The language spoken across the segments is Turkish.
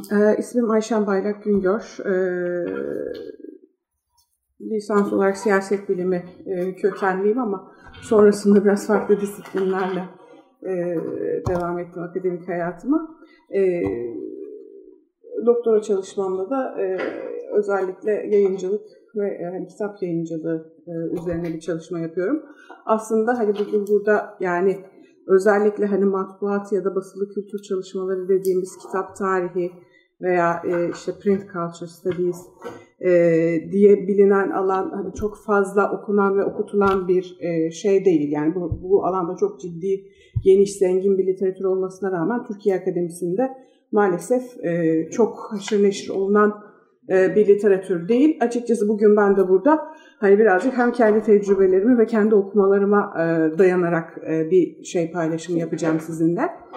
İsmim Ayşen Baylak Güngör. Lisans olarak siyaset bilimi kökenliyim ama sonrasında biraz farklı disiplinlerle devam ettim akademik hayatıma. Doktora çalışmamda da özellikle yayıncılık ve kitap yayıncılığı üzerine bir çalışma yapıyorum. Aslında bugün burada özellikle matbuat ya da basılı kültür çalışmaları dediğimiz kitap tarihi veya print culture studies diye bilinen alan çok fazla okunan ve okutulan bir şey değil. Yani bu alanda çok ciddi, geniş, zengin bir literatür olmasına rağmen Türkiye Akademisi'nde maalesef çok haşır neşir olunan bir literatür değil. Açıkçası bugün ben de burada birazcık hem kendi tecrübelerimi ve kendi okumalarıma dayanarak bir paylaşımı yapacağım sizinle.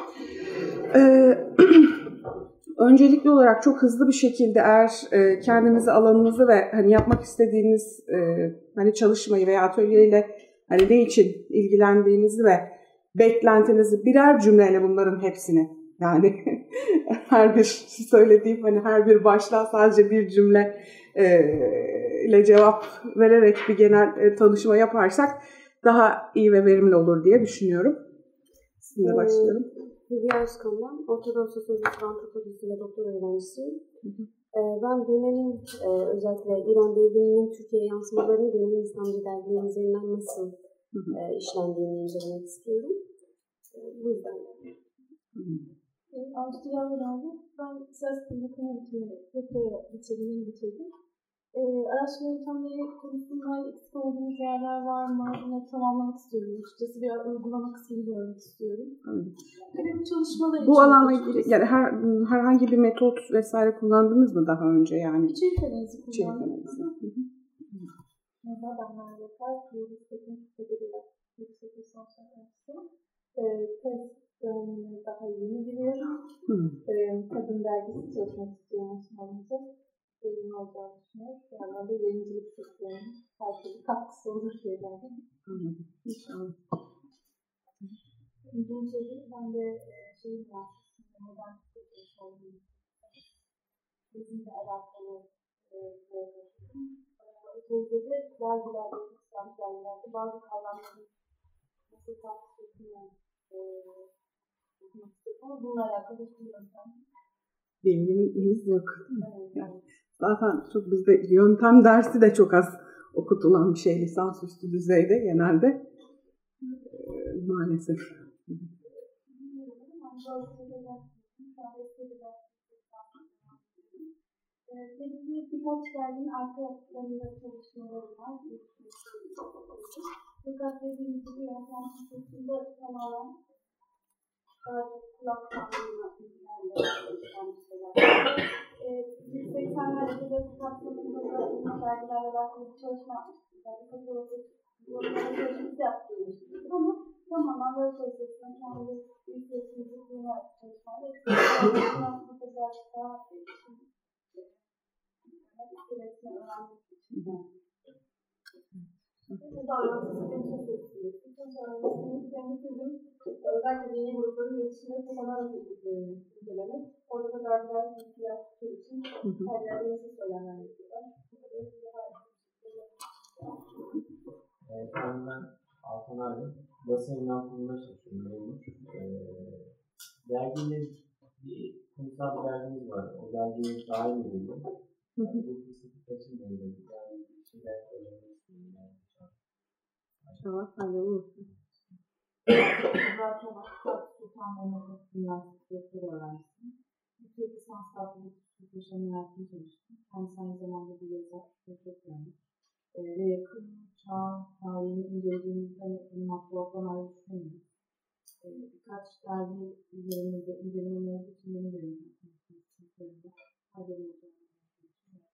Öncelikli olarak çok hızlı bir şekilde eğer kendinizi, alanınızı ve yapmak istediğiniz çalışmayı veya atölyeyle ne için ilgilendiğinizi ve beklentinizi birer cümleyle bunların hepsini her bir söylediğim her bir başlığa sadece bir cümle ile cevap vererek bir genel tanışma yaparsak daha iyi ve verimli olur diye düşünüyorum. Sizinle başlayalım. Hülya Özkan'dan Ortadoğu Sosyolojisi ve Antropolojisi'nde doktora öğrencisiyim. Ben dönemin, özellikle İran devriminin Türkiye yansımalarını dönemin İslamcı dergileri üzerinden nasıl işlendiğini incelemek istiyorum. Bu yüzden. Avusturya Avral'da ben siyaset bilimi ekonomikini doktora bitirdim. Araştırma yöntemleri konusunda eksik olduğumuz yerler var mı? Bunu tamamlamak istiyorum. Açıkçası bir uygulama kısmını görmek istiyorum. Benim çalışmalar bu alanla ilgili herhangi bir metot vesaire kullandınız mı daha önce yani? İçerik analizi kullandım. Mesela ben Merve Kuyruğu Teknik Edebiyat Yüksek Lisans Öğrencisi. Tez dönemine daha yeni giriyorum. Kadın dergisi çalışmak istiyorum aslında. Benim olacağını düşünüyorum. Yani de yayıncılık sektörünün her türlü katkısı olur diye derdim. İkinci ben de üniversitesinde modern psikoloji olduğunu bizimle alakalı yapıyorum. Tezde de dergilerde, İslam dergilerde bazı kavramların nasıl tartışıldığını okumak istiyorum ama bununla alakalı bir yöntem. Bilgimiz yok. Evet. Zaten çok bizde yöntem dersi de çok az okutulan bir şey lisansüstü düzeyde genelde. Maalesef. Benim birkaç derginin arka çalışmaları var. Fakat dediğim gibi yöntem kısmında tamamen kulak tanımına yüksek sanayide de kitaplarında dergilerle alakalı bir çalışma yapmıştım. Çalışması yaptığını düşünüyorum ama tamamen böyle çalışmasına kendi ülkesinde bulma çalışmalar yapıyorum. Bu da birazcık daha iskeletini öğrenmek için. Bu da öğrenmesi beni çok etkiliyor. Bütün sonrasında kendi sözüm özellikle yeni grupların iletişime kullanarak incelemek. Orada da dergiler yaptıkları için her yerde nasıl söylemler yapıyorlar. Ben Altan abi, basın yayınlar kurulunda çalışıyorum. Dergiyle bir kurumsal bir dergimiz var. O dergiye dahil edildi. Bu fırsatı kaçırmayın dedik. Yani bir şeyler öğrenmek istiyorum. İnşallah faydalı olsun. Zaten Aksaray Sultan Mehmet Üniversitesi doktora öğrencisiyim. Yüksek lisans altında Türk yaşamı hayatını çalıştım. Kendisi aynı zamanda bir yazar ve çok önemli. Ve yakın çağ tarihini incelediğimizde matbuattan ayrı düşünemiyoruz. Birkaç dergi üzerinde inceleme olduğu için yeni bölümler konusunda faydalı olacağını düşünüyorum.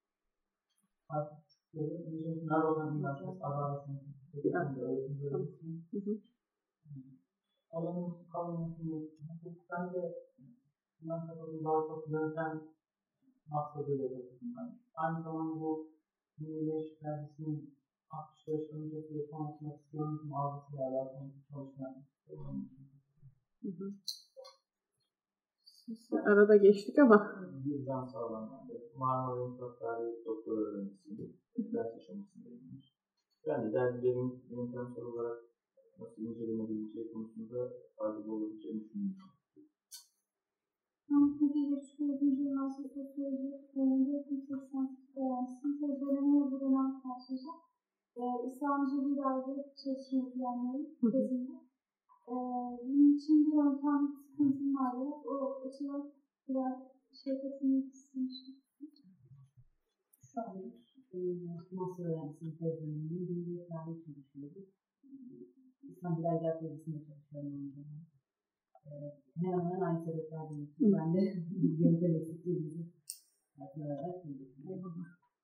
Narol'dan Üniversitesi Adalet'in öğretim bölümü. Alanın kalmasını hukuktan ve üniversitelerin daha çok yöntem maksadıyla yapılmışlar. Aynı zamanda bu Milliyetçi Dergisi'nin 65 öncesi ve sonrasında Siyonizm algısıyla alakalı çalışma yapmak istiyorum. arada geçtik ama. Gülcan Sağlam, Marmara Mutfak Tarihi doktor öğrencisiyim. Ders aşamasındayım. Ben de dergilerin yöntem olarak nasıl incelenebileceği konusunda faydalı olabileceğini düşünüyorum. Türkiye'de Psikoloji Üniversitesi Sosyoloji bölümünde yüksek lisans öğrencisiyim. Tezlerimi bu dönem karşılayacağım. İslamcı bir aile çalışma planları tezinde. Bunun için bir yöntem sıkıntım var ya. O açıdan biraz katılmak istemiştim. Şu an master öğrencisiyim tezlerinin bir tarih çalışıyorum. İstanbul Ergah Bölgesi'nde çalışıyorum. Hemen hemen aynı sebeplerden ötürü ben de yöntem eksikliğimizi hatırlayarak buldum.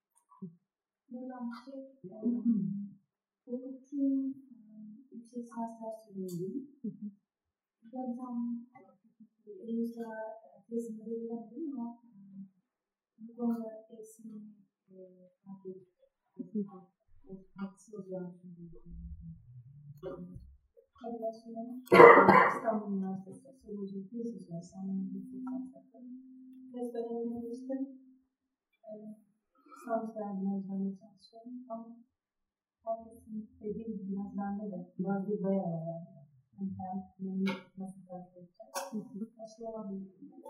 Hukukçuyum, yüksek lisans derslerindeyim. Yöntem henüz daha tezimi verilemedim ama bu konuda eksikliğimi fark ettim. Haksız olacağını düşünüyorum. İstanbul Üniversitesi Sosyoloji Fizik Dershanesi'nin yüksek lisansları. Tez dönemine geçtim. İstanbul Dergi'ne üzerine çalışıyorum ama herkesin dediğim gibi biraz bende de biraz bir bayağı var yani. Ben neyi nasıl takip edeceğim? Başlayamadım.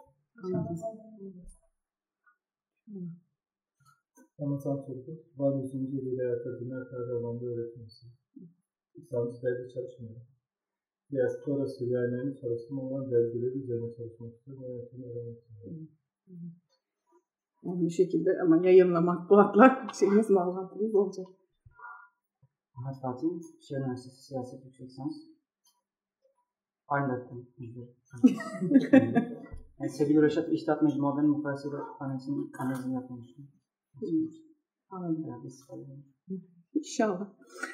Anlatan Turgut, var 100. yılıyla hayatadığına tarih alanda öğretmesi. İslamcı dergi çalışmıyorum. Diaspora Süryanilerini çalıştım olan dergileri üzerine çalışmak istiyorum. Yönetimi öğrenmek istiyorum. Yani bir şekilde ama yayınlamak, matbuatlar şeyimiz, bağlantımız olacak. Ahmet Fatih, Şehir Üniversitesi Siyaset Yüksek Lisans. Aynı dertten yani Sevgili Reşat İçtihat Mecmualarının mukayeseli analizini yapmıştım. Anladım. Yani İnşallah.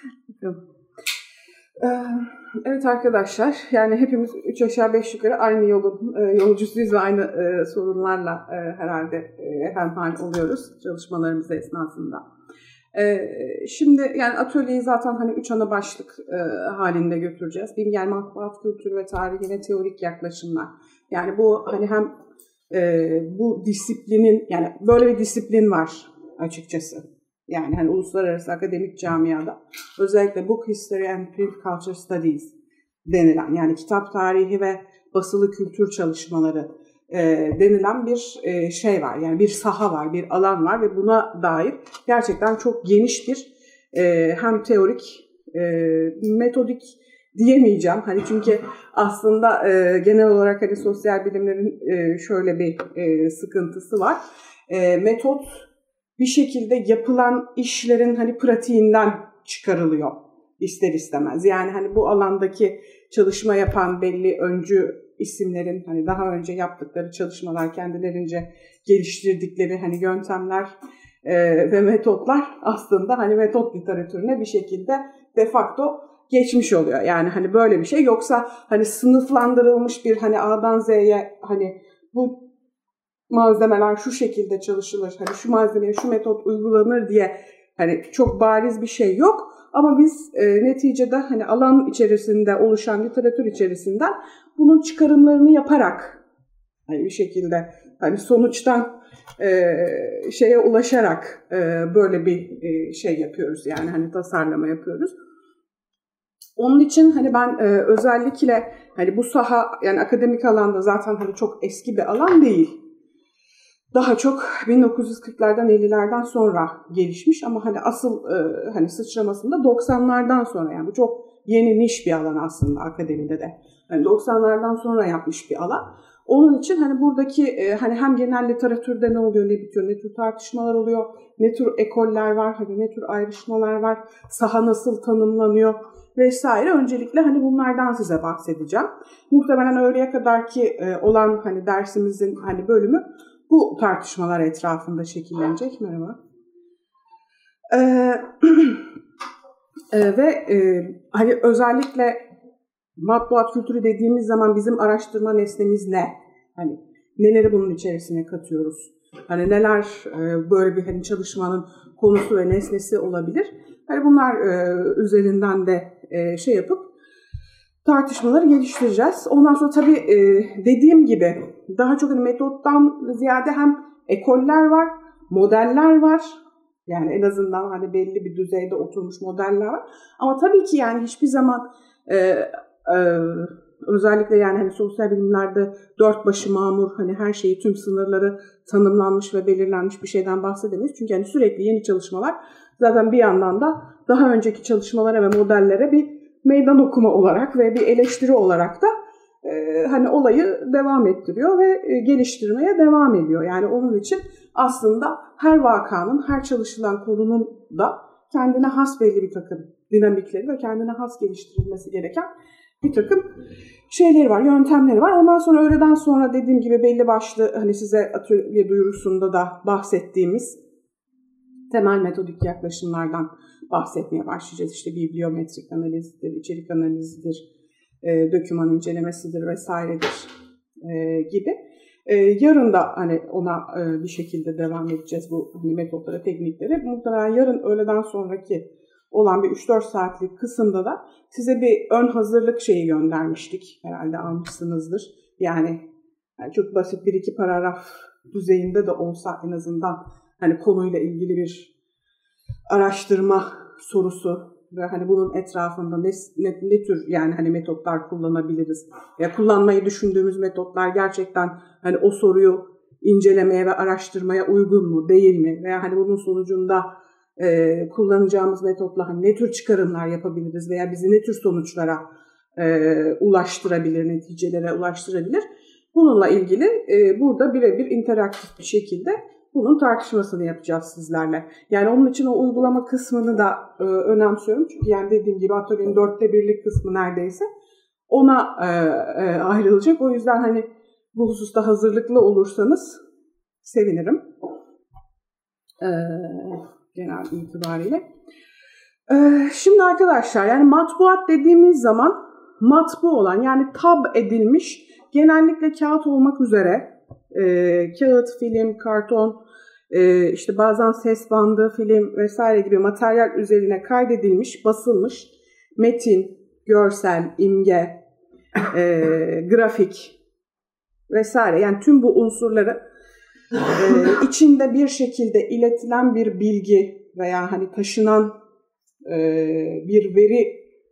Evet arkadaşlar, yani hepimiz 3 aşağı 5 yukarı aynı yolun yolcusuyuz ve aynı sorunlarla herhalde hemhal oluyoruz çalışmalarımız esnasında. Şimdi yani atölyeyi zaten hani 3 ana başlık halinde götüreceğiz. Bir yani matbuat kültürü ve tarihi ve teorik yaklaşımlar. Yani bu hani hem bu disiplinin yani böyle bir disiplin var açıkçası. Yani hani uluslararası akademik camiada özellikle Book History and Print Culture Studies denilen yani kitap tarihi ve basılı kültür çalışmaları denilen bir şey var. Yani bir saha var, bir alan var ve buna dair gerçekten çok geniş bir hem teorik, metodik diyemeyeceğim. Hani çünkü aslında genel olarak hani sosyal bilimlerin şöyle bir sıkıntısı var. Metot bir şekilde yapılan işlerin hani pratiğinden çıkarılıyor ister istemez. Yani hani bu alandaki çalışma yapan belli öncü isimlerin hani daha önce yaptıkları çalışmalar, kendilerince geliştirdikleri hani yöntemler ve metotlar aslında hani metot literatürüne bir şekilde de facto geçmiş oluyor. Yani hani böyle bir şey yoksa hani sınıflandırılmış bir hani A'dan Z'ye hani bu malzemeler şu şekilde çalışılır, hani şu malzemeye şu metot uygulanır diye hani çok bariz bir şey yok. Ama biz neticede hani alan içerisinde oluşan literatür içerisinden bunun çıkarımlarını yaparak hani bir şekilde hani sonuçtan şeye ulaşarak böyle bir şey yapıyoruz yani hani tasarlama yapıyoruz. Onun için hani ben özellikle hani bu saha yani akademik alanda zaten hani çok eski bir alan değil. Daha çok 1940'lardan 50'lerden sonra gelişmiş ama hani asıl hani sıçramasında 90'lardan sonra yani bu çok yeni niş bir alan aslında akademide de. Hani 90'lardan sonra yapmış bir alan. Onun için hani buradaki hani hem genel literatürde ne oluyor, ne bitiyor, ne tür tartışmalar oluyor, ne tür ekoller var, hani ne tür ayrışmalar var, saha nasıl tanımlanıyor vesaire. Öncelikle hani bunlardan size bahsedeceğim. Muhtemelen öğleye kadarki olan hani dersimizin hani bölümü bu tartışmalar etrafında şekillenecek. Merhaba. Ve hani özellikle matbuat kültürü dediğimiz zaman bizim araştırma nesnemiz ne? Hani neleri bunun içerisine katıyoruz? Hani neler böyle bir hani çalışmanın konusu ve nesnesi olabilir? Hani bunlar üzerinden de şey yapıp tartışmaları geliştireceğiz. Ondan sonra tabii dediğim gibi daha çok metottan ziyade hem ekoller var, modeller var. Yani en azından hani belli bir düzeyde oturmuş modeller var. Ama tabii ki yani hiçbir zaman özellikle yani hani sosyal bilimlerde dört başı mamur, hani her şeyi, tüm sınırları tanımlanmış ve belirlenmiş bir şeyden bahsedemeyiz. Çünkü yani sürekli yeni çalışmalar zaten bir yandan da daha önceki çalışmalara ve modellere bir meydan okuma olarak ve bir eleştiri olarak da hani olayı devam ettiriyor ve geliştirmeye devam ediyor. Yani onun için aslında her vakanın, her çalışılan konunun da kendine has belli bir takım dinamikleri ve kendine has geliştirilmesi gereken bir takım şeyleri var, yöntemleri var. Ondan sonra öğleden sonra dediğim gibi belli başlı hani size atölye duyurusunda da bahsettiğimiz temel metodik yaklaşımlardan bahsetmeye başlayacağız. İşte bibliometrik analizdir, içerik analizidir, doküman incelemesidir vesairedir gibi. Yarın da hani ona bir şekilde devam edeceğiz bu metotlara, tekniklere. Muhtemelen yarın öğleden sonraki olan bir 3-4 saatlik kısımda da size bir ön hazırlık şeyi göndermiştik. Herhalde almışsınızdır. Yani çok basit bir iki paragraf düzeyinde de olsa en azından hani konuyla ilgili bir araştırma sorusu ve hani bunun etrafında ne tür yani hani metotlar kullanabiliriz ya kullanmayı düşündüğümüz metotlar gerçekten hani o soruyu incelemeye ve araştırmaya uygun mu değil mi veya hani bunun sonucunda kullanacağımız metotla hani ne tür çıkarımlar yapabiliriz veya bizi ne tür sonuçlara ulaştırabilir, neticelere ulaştırabilir. Bununla ilgili burada birebir interaktif bir şekilde bunun tartışmasını yapacağız sizlerle. Yani onun için o uygulama kısmını da önemsiyorum. Çünkü yani dediğim gibi atölyenin 1/4 kısmı neredeyse ona ayrılacak. O yüzden hani bu hususta hazırlıklı olursanız sevinirim. Genel itibariyle. Şimdi arkadaşlar yani matbuat dediğimiz zaman matbu olan yani tab edilmiş genellikle kağıt olmak üzere kağıt, film, karton, işte bazen ses bandı, film vesaire gibi materyal üzerine kaydedilmiş, basılmış metin, görsel, imge, grafik vesaire yani tüm bu unsurları içinde bir şekilde iletilen bir bilgi veya hani taşınan bir veri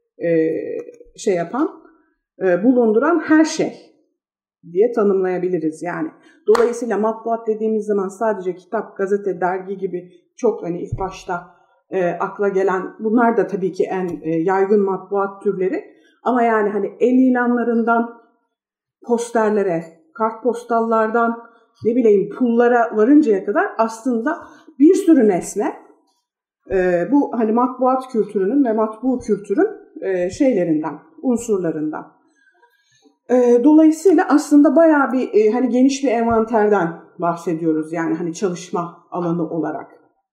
bulunduran her şey diye tanımlayabiliriz yani. Dolayısıyla matbuat dediğimiz zaman sadece kitap, gazete, dergi gibi çok hani ilk başta akla gelen bunlar da tabii ki en yaygın matbuat türleri ama yani hani el ilanlarından posterlere, kartpostallardan ne bileyim pullara varıncaya kadar aslında bir sürü nesne bu hani matbuat kültürünün ve matbu kültürün şeylerinden, unsurlarından. Dolayısıyla aslında bayağı bir hani geniş bir envanterden bahsediyoruz yani hani çalışma alanı olarak.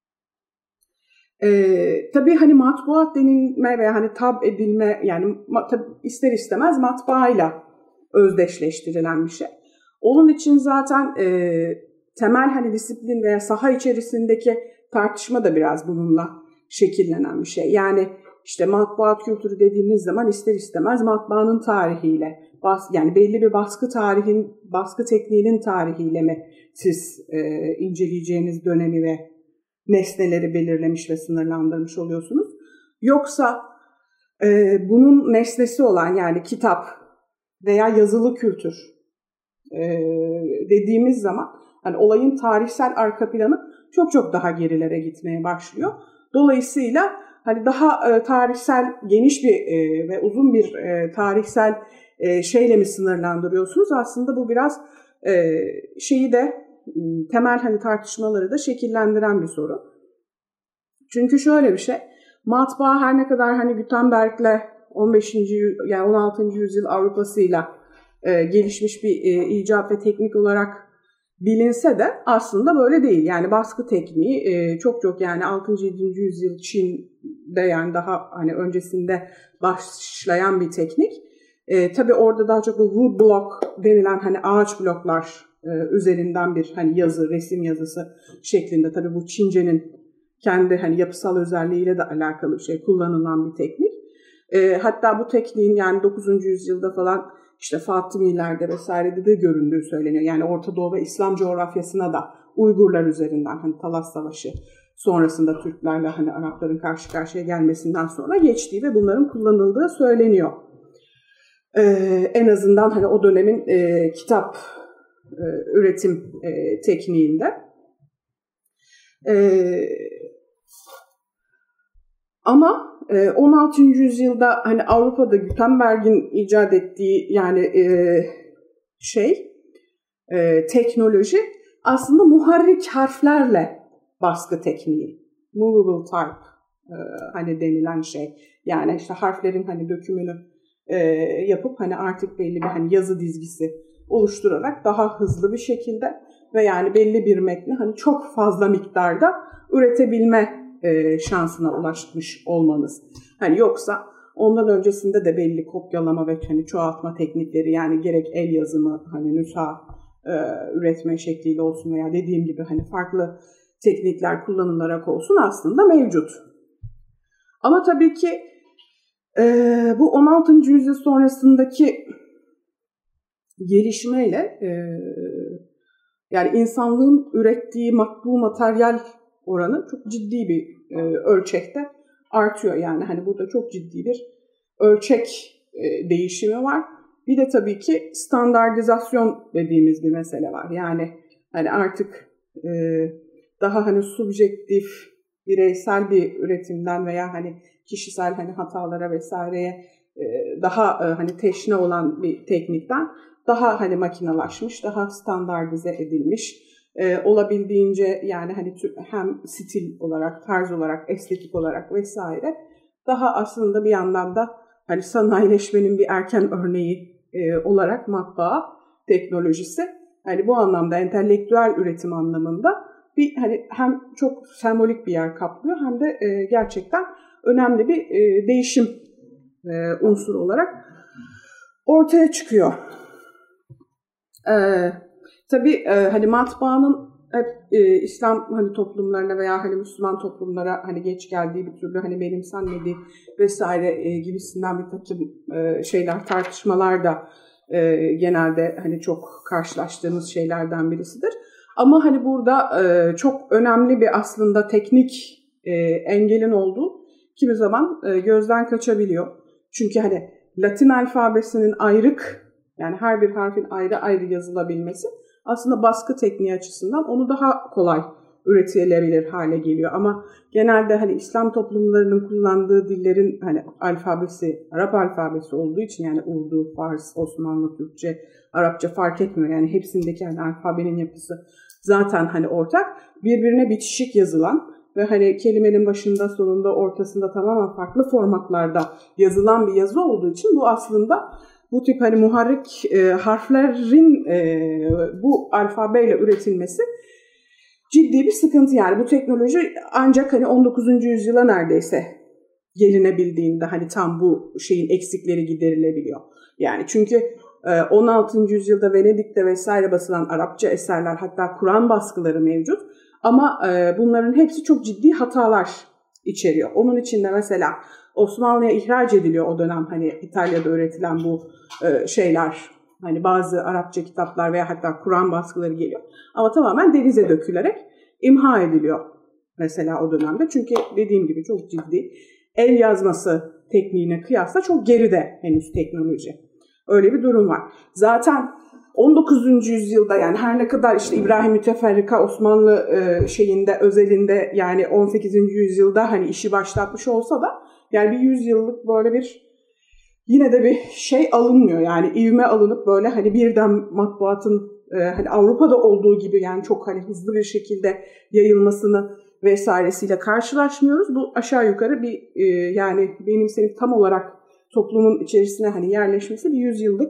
Tabii hani matbuat denilme veya hani tab edilme yani tabii ister istemez matbaayla özdeşleştirilen bir şey. Onun için zaten temel hani disiplin veya saha içerisindeki tartışma da biraz bununla şekillenen bir şey. Yani işte matbuat kültürü dediğiniz zaman ister istemez matbaanın tarihiyle, yani belli bir baskı tekniğinin tarihiyle mi siz inceleyeceğiniz dönemi ve nesneleri belirlemiş ve sınırlandırmış oluyorsunuz? Yoksa bunun nesnesi olan yani kitap veya yazılı kültür dediğimiz zaman hani olayın tarihsel arka planı çok çok daha gerilere gitmeye başlıyor. Dolayısıyla hani daha tarihsel geniş bir ve uzun bir tarihsel şeyle mi sınırlandırıyorsunuz? Aslında bu biraz şeyi de temel hani tartışmaları da şekillendiren bir soru. Çünkü şöyle bir şey, matbaa her ne kadar hani Gutenberg'le 15. yani 16. yüzyıl Avrupa'sıyla gelişmiş bir icat ve teknik olarak bilinse de aslında böyle değil. Yani baskı tekniği çok yani 6. 7. yüzyıl Çin'de yani daha hani öncesinde başlayan bir teknik. Tabii orada daha çok bu wood block denilen hani ağaç bloklar üzerinden bir hani yazı, resim yazısı şeklinde tabii bu Çince'nin kendi hani yapısal özelliğiyle de alakalı bir şey kullanılan bir teknik. Hatta bu tekniğin yani 9. yüzyılda falan işte Fatımilerde vesairede de göründüğü söyleniyor. Yani Orta Doğu ve İslam coğrafyasına da Uygurlar üzerinden hani Talas Savaşı sonrasında Türklerle hani Arapların karşı karşıya gelmesinden sonra geçtiği ve bunların kullanıldığı söyleniyor. En azından hani o dönemin kitap üretim tekniğinde. Ama 16. yüzyılda hani Avrupa'da Gutenberg'in icat ettiği yani teknoloji aslında muharrik harflerle baskı tekniği. Movable type hani denilen şey. Yani işte harflerin hani dökümünü yapıp hani artık belli bir hani yazı dizgisi oluşturarak daha hızlı bir şekilde ve yani belli bir metni hani çok fazla miktarda üretebilme şansına ulaşmış olmanız. Hani yoksa ondan öncesinde de belli kopyalama ve hani çoğaltma teknikleri yani gerek el yazımı hani nüsha üretme şekliyle olsun veya dediğim gibi hani farklı teknikler kullanılarak olsun aslında mevcut. Ama tabii ki bu 16. yüzyıl sonrasındaki gelişmeyle yani insanlığın ürettiği matbu materyal oranı çok ciddi bir ölçekte artıyor. Yani hani burada çok ciddi bir ölçek değişimi var. Bir de tabii ki standartizasyon dediğimiz bir mesele var. Yani hani artık daha hani subjektif, bireysel bir üretimden veya hani kişisel hani hatalara vesaireye daha hani teşne olan bir teknikten daha hani makinalaşmış, daha standartize edilmiş, olabildiğince yani hani hem stil olarak, tarz olarak, estetik olarak vesaire daha aslında bir yandan da hani sanayileşmenin bir erken örneği olarak matbaa teknolojisi hani bu anlamda entelektüel üretim anlamında bir hani hem çok sembolik bir yer kaplıyor hem de gerçekten önemli bir değişim unsuru olarak ortaya çıkıyor. Tabii hani matbaanın hep İslam hani toplumlarına veya hani Müslüman toplumlara hani geç geldiği bir türlü hani benimsenmediği vesaire gibisinden bir takım şeyler tartışmalar da genelde hani çok karşılaştığımız şeylerden birisidir. Ama hani burada çok önemli bir aslında teknik engelin olduğu kimi zaman gözden kaçabiliyor. Çünkü hani Latin alfabesinin ayrık yani her bir harfin ayrı ayrı yazılabilmesi aslında baskı tekniği açısından onu daha kolay üretilebilir hale geliyor. Ama genelde hani İslam toplumlarının kullandığı dillerin hani alfabesi Arap alfabesi olduğu için yani Urdu, Fars, Osmanlı, Türkçe, Arapça fark etmiyor. Yani hepsindeki hani alfabenin yapısı zaten hani ortak. Birbirine bitişik yazılan ve hani kelimenin başında, sonunda, ortasında tamamen farklı formatlarda yazılan bir yazı olduğu için bu aslında bu tip hani muharrik harflerin bu alfabeyle üretilmesi ciddi bir sıkıntı. Yani bu teknoloji ancak hani 19. yüzyıla neredeyse gelinebildiğinde hani tam bu şeyin eksikleri giderilebiliyor. Yani çünkü 16. yüzyılda Venedik'te vesaire basılan Arapça eserler hatta Kur'an baskıları mevcut. Ama bunların hepsi çok ciddi hatalar içeriyor. Onun içinde mesela Osmanlı'ya ihraç ediliyor o dönem hani İtalya'da üretilen bu şeyler. Hani bazı Arapça kitaplar veya hatta Kur'an baskıları geliyor. Ama tamamen denize dökülerek imha ediliyor mesela o dönemde. Çünkü dediğim gibi çok ciddi el yazması tekniğine kıyasla çok geride henüz teknoloji. Öyle bir durum var. Zaten 19. yüzyılda yani her ne kadar işte İbrahim Müteferrika Osmanlı şeyinde özelinde yani 18. yüzyılda hani işi başlatmış olsa da yani bir 100 yıllık böyle bir yine de bir şey alınmıyor. Yani ivme alınıp böyle hani birden matbuatın hani Avrupa'da olduğu gibi yani çok hani hızlı bir şekilde yayılmasını vesairesiyle karşılaşmıyoruz. Bu aşağı yukarı bir yani benimsenip tam olarak toplumun içerisine hani yerleşmesi bir 100 yıllık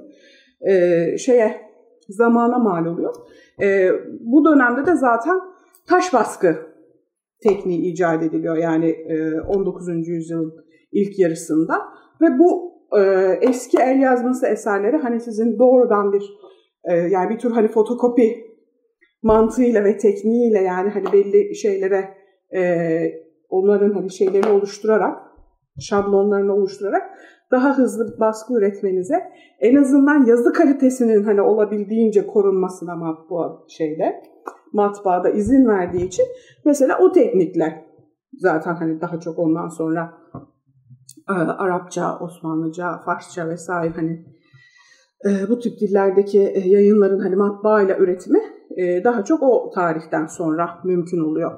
zamana mal oluyor. Bu dönemde de zaten taş baskı tekniği icat ediliyor yani 19. yüzyılın ilk yarısında ve bu eski el yazması eserleri hani sizin doğrudan bir yani bir tür hani fotokopi mantığıyla ve tekniğiyle yani hani belli şeylere onların hani şeylerini oluşturarak şablonlarını oluşturarak daha hızlı baskı üretmenize, en azından yazı kalitesinin hani olabildiğince korunmasına matbaada izin verdiği için mesela o teknikler zaten hani daha çok ondan sonra Arapça, Osmanlıca, Farsça vesaire hani bu tip dillerdeki yayınların hani matbaayla üretimi daha çok o tarihten sonra mümkün oluyor.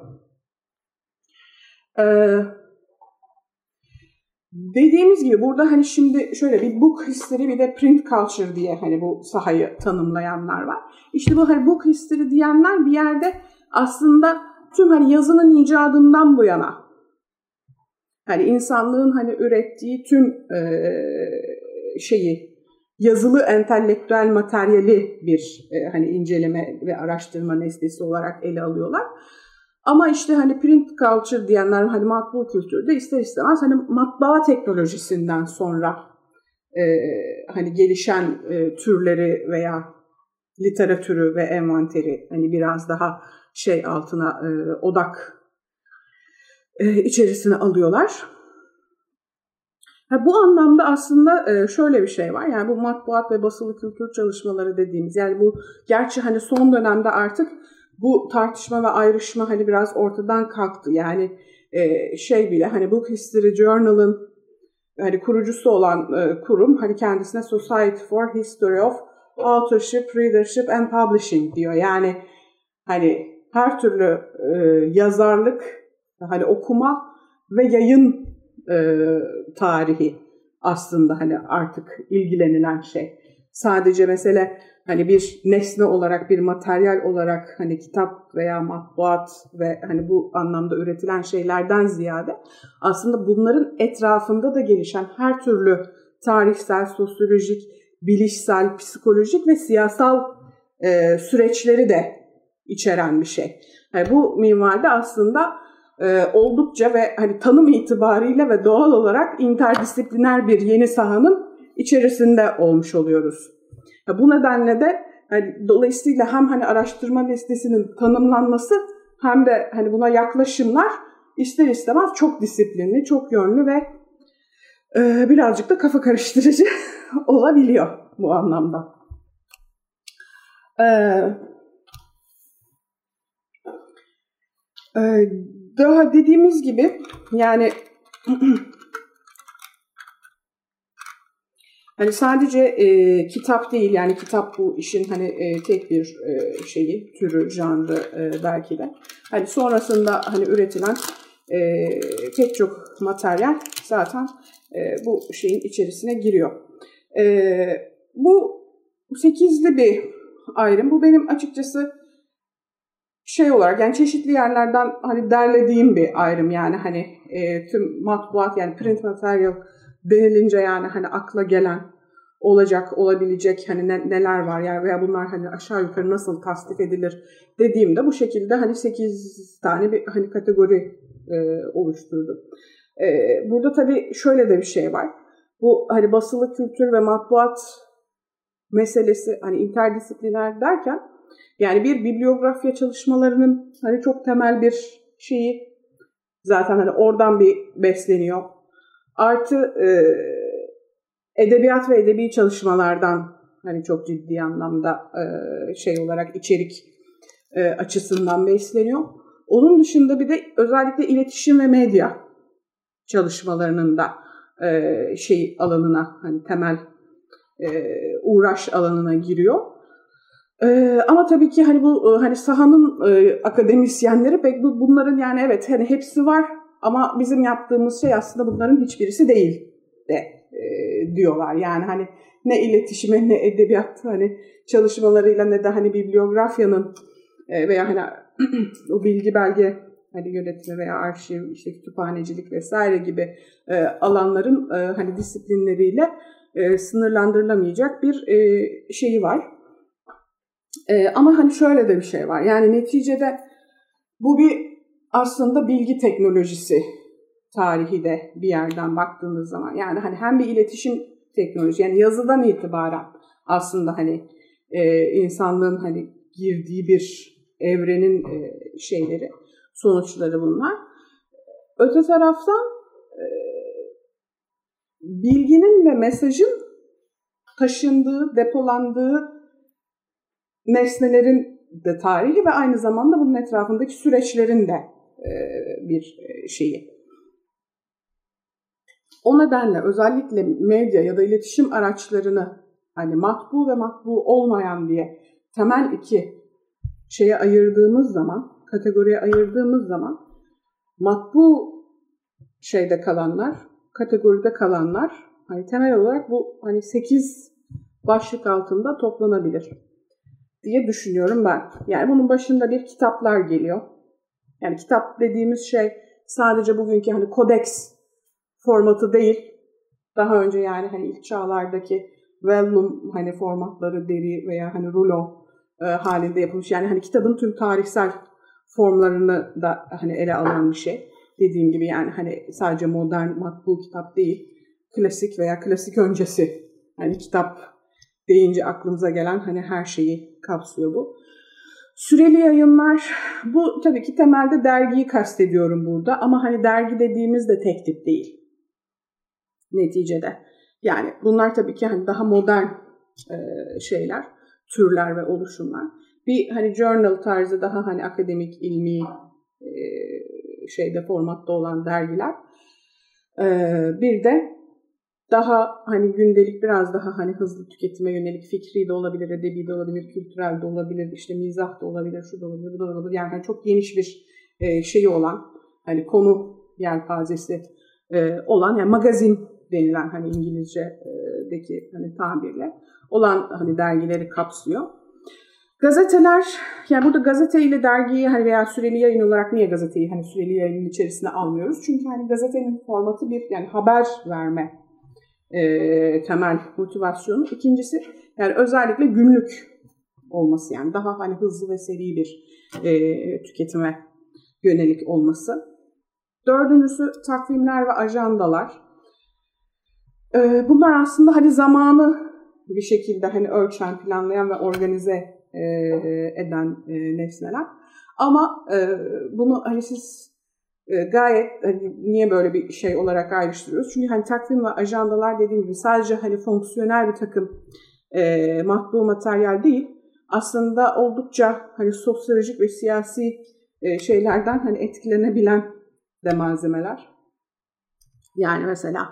Dediğimiz gibi burada hani şimdi şöyle bir book history bir de print culture diye hani bu sahayı tanımlayanlar var. İşte bu hani book history diyenler bir yerde aslında tüm hani yazının icadından bu yana hani insanlığın hani ürettiği tüm yazılı entelektüel materyali bir hani inceleme ve araştırma nesnesi olarak ele alıyorlar. Ama işte hani print culture diyenler hani matbaa kültürü de ister istemez hani matbaa teknolojisinden sonra hani gelişen türleri veya literatürü ve envanteri hani biraz daha altına odak içerisine alıyorlar. Bu anlamda aslında şöyle bir şey var. Yani bu matbuat ve basılı kültür çalışmaları dediğimiz yani bu gerçi hani son dönemde artık bu tartışma ve ayrışma hani biraz ortadan kalktı. Yani bile hani Book History Journal'ın hani kurucusu olan kurum hani kendisine Society for History of Authorship, Readership and Publishing diyor. Yani hani her türlü yazarlık, hani okuma ve yayın tarihi aslında hani artık ilgilenilen şey. Sadece mesela hani bir nesne olarak, bir materyal olarak hani kitap veya matbuat ve hani bu anlamda üretilen şeylerden ziyade aslında bunların etrafında da gelişen her türlü tarihsel, sosyolojik, bilişsel, psikolojik ve siyasal süreçleri de içeren bir şey. Yani bu minvalde aslında oldukça ve hani tanım itibariyle ve doğal olarak interdisipliner bir yeni sahanın içerisinde olmuş oluyoruz. Bu nedenle de hani dolayısıyla hem hani araştırma listesinin tanımlanması hem de hani buna yaklaşımlar ister istemez çok disiplinli, çok yönlü ve birazcık da kafa karıştırıcı olabiliyor bu anlamda. Daha dediğimiz gibi yani hani sadece kitap değil yani kitap bu işin hani tek bir türü, janrı belki de. Hani sonrasında hani üretilen pek çok materyal zaten bu şeyin içerisine giriyor. Bu 8'li bir ayrım. Bu benim açıkçası olarak yani çeşitli yerlerden hani derlediğim bir ayrım yani hani tüm matbuat yani print material denilince yani hani akla gelen olabilecek hani neler var yani veya bunlar hani aşağı yukarı nasıl tasnif edilir dediğimde bu şekilde hani 8 tane bir hani kategori oluşturdum. Burada tabii şöyle de bir şey var. Bu hani basılı kültür ve matbuat meselesi hani interdisipliner derken yani bir bibliografya çalışmalarının hani çok temel bir zaten hani oradan bir besleniyor. Artı edebiyat ve edebi çalışmalardan hani çok ciddi anlamda olarak içerik açısından besleniyor. Onun dışında bir de özellikle iletişim ve medya çalışmalarının da alanına hani temel uğraş alanına giriyor. Ama tabii ki hani bu hani sahanın akademisyenleri pek bunların yani evet hani hepsi var ama bizim yaptığımız şey aslında bunların hiçbirisi değil de diyorlar. Yani hani ne iletişime ne edebiyat hani çalışmalarıyla ne de hani bibliografyanın veya hani o bilgi belge hani yönetimi veya arşiv, işte kütüphanecilik vesaire gibi alanların hani disiplinleriyle sınırlandırılamayacak bir var. Ama hani şöyle de bir şey var. Yani neticede bu bir aslında bilgi teknolojisi tarihi de bir yerden baktığınız zaman. Yani hani hem bir iletişim teknolojisi yani yazıdan itibaren aslında hani insanlığın hani girdiği bir evrenin sonuçları bunlar. Öte taraftan bilginin ve mesajın taşındığı, depolandığı nesnelerin de tarihi ve aynı zamanda bunun etrafındaki süreçlerin de bir şeyi. O nedenle özellikle medya ya da iletişim araçlarını hani matbu ve matbu olmayan diye temel iki şeye ayırdığımız zaman, kategoriye ayırdığımız zaman matbu şeyde kalanlar, kategoride kalanlar hani temel olarak bu hani 8 başlık altında toplanabilir diye düşünüyorum ben. Yani bunun başında bir kitaplar geliyor. Yani kitap dediğimiz şey sadece bugünkü hani kodeks formatı değil. Daha önce yani hani ilk çağlardaki vellum hani formatları deri veya hani rulo halinde yapılmış. Yani hani kitabın tüm tarihsel formlarını da hani ele alan bir şey. Dediğim gibi yani hani sadece modern matbu kitap değil. Klasik veya klasik öncesi hani kitap deyince aklımıza gelen hani her şeyi kapsıyor bu. Süreli yayınlar, bu tabii ki temelde dergiyi kastediyorum burada ama hani dergi dediğimiz de tek tip değil neticede. Yani bunlar tabii ki hani daha modern şeyler, türler ve oluşumlar. Bir hani journal tarzı daha hani akademik, ilmi şeyde formatta olan dergiler. Bir de daha hani gündelik biraz daha hani hızlı tüketime yönelik fikri de olabilir, edebi de olabilir, kültürel de olabilir, işte mizah da olabilir, şu da olabilir, bu da olabilir. Yani çok geniş bir şeyi olan hani konu yelpazesi olan yani magazin denilen hani İngilizce'deki hani tabirle olan hani dergileri kapsıyor. Gazeteler, yani burada gazete ile dergiyi hani veya süreli yayın olarak niye gazeteyi hani süreli yayının içerisine almıyoruz? Çünkü hani gazetenin formatı bir yani haber verme temel motivasyonu. İkincisi yani özellikle günlük olması yani daha hani hızlı ve seri bir tüketime yönelik olması. Dördüncüsü takvimler ve ajandalar. Bunlar aslında hani zamanı bir şekilde hani ölçen, planlayan ve organize eden nesneler. Ama bunu hani siz gayet hani niye böyle bir şey olarak ayrıştırıyoruz? Çünkü hani takvim ve ajandalar dediğim gibi sadece hani fonksiyonel bir takım matbu materyal değil. Aslında oldukça hani sosyolojik ve siyasi şeylerden hani etkilenebilen de malzemeler. Yani mesela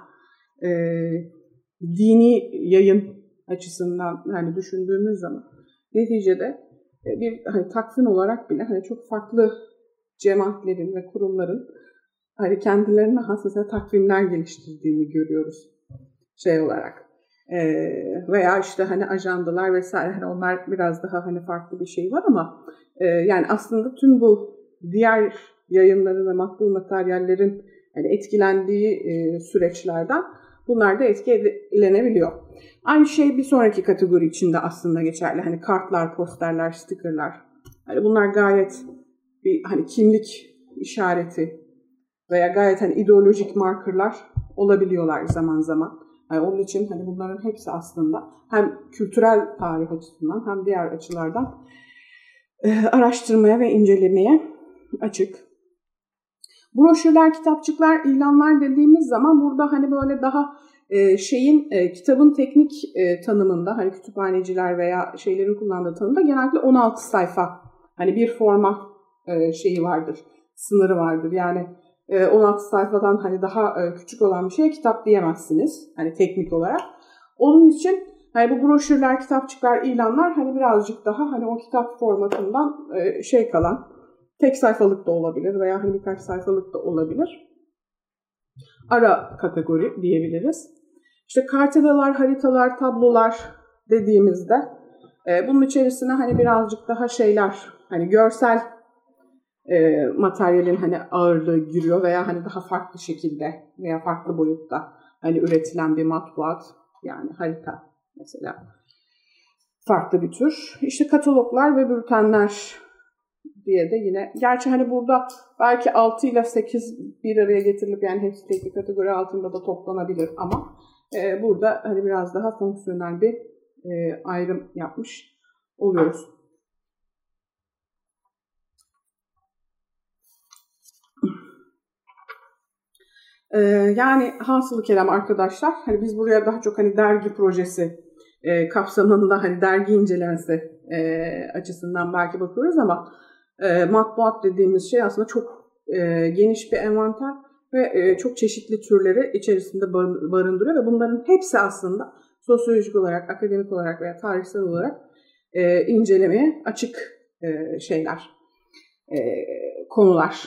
dini yayın açısından hani düşündüğümüz zaman neticede bir hani takvim olarak bile hani çok farklı cemaatlerin ve kurumların hani kendilerine has mesela takvimler geliştirdiğini görüyoruz şey olarak. Veya işte hani ajandalar vesaire hani onlar biraz daha hani farklı bir şey var ama yani aslında tüm bu diğer yayınların ve matbu materyallerin yani etkilendiği süreçlerden bunlar da etkilenebiliyor. Aynı şey bir sonraki kategori içinde aslında geçerli. Hani kartlar, posterler, stickerlar. Hani bunlar gayet bir hani kimlik işareti veya gayet hani ideolojik markerlar olabiliyorlar zaman zaman. Yani onun için hani bunların hepsi aslında hem kültürel tarih açısından hem diğer açılardan araştırmaya ve incelemeye açık. Broşürler, kitapçıklar, ilanlar dediğimiz zaman burada hani böyle daha kitabın teknik tanımında hani kütüphaneciler veya şeylerin kullandığı tanımda genellikle 16 sayfa hani bir forma şeyi vardır, sınırı vardır. Yani 16 sayfadan hani daha küçük olan bir şeye kitap diyemezsiniz hani teknik olarak. Onun için hani bu broşürler, kitapçıklar, ilanlar hani birazcık daha hani o kitap formatından kalan tek sayfalık da olabilir veya hani birkaç sayfalık da olabilir. Ara kategori diyebiliriz. İşte kartelalar, haritalar, tablolar dediğimizde bunun içerisine hani birazcık daha hani görsel materyalin hani ağırlığı giriyor veya hani daha farklı şekilde veya farklı boyutta hani üretilen bir matbuat yani harita mesela farklı bir tür. İşte kataloglar ve bültenler diye de yine gerçi hani burada belki 6 ile 8 bir araya getirilip yani hepsi tek bir kategori altında da toplanabilir ama burada hani biraz daha fonksiyonel bir ayrım yapmış oluyoruz. Yani hasılı kelam arkadaşlar, hani biz buraya daha çok hani dergi projesi kapsamında hani dergi incelemesi açısından belki bakıyoruz ama matbuat dediğimiz şey aslında çok geniş bir envanter ve çok çeşitli türleri içerisinde barındırıyor ve bunların hepsi aslında sosyolojik olarak, akademik olarak veya tarihsel olarak incelemeye açık şeyler, konular.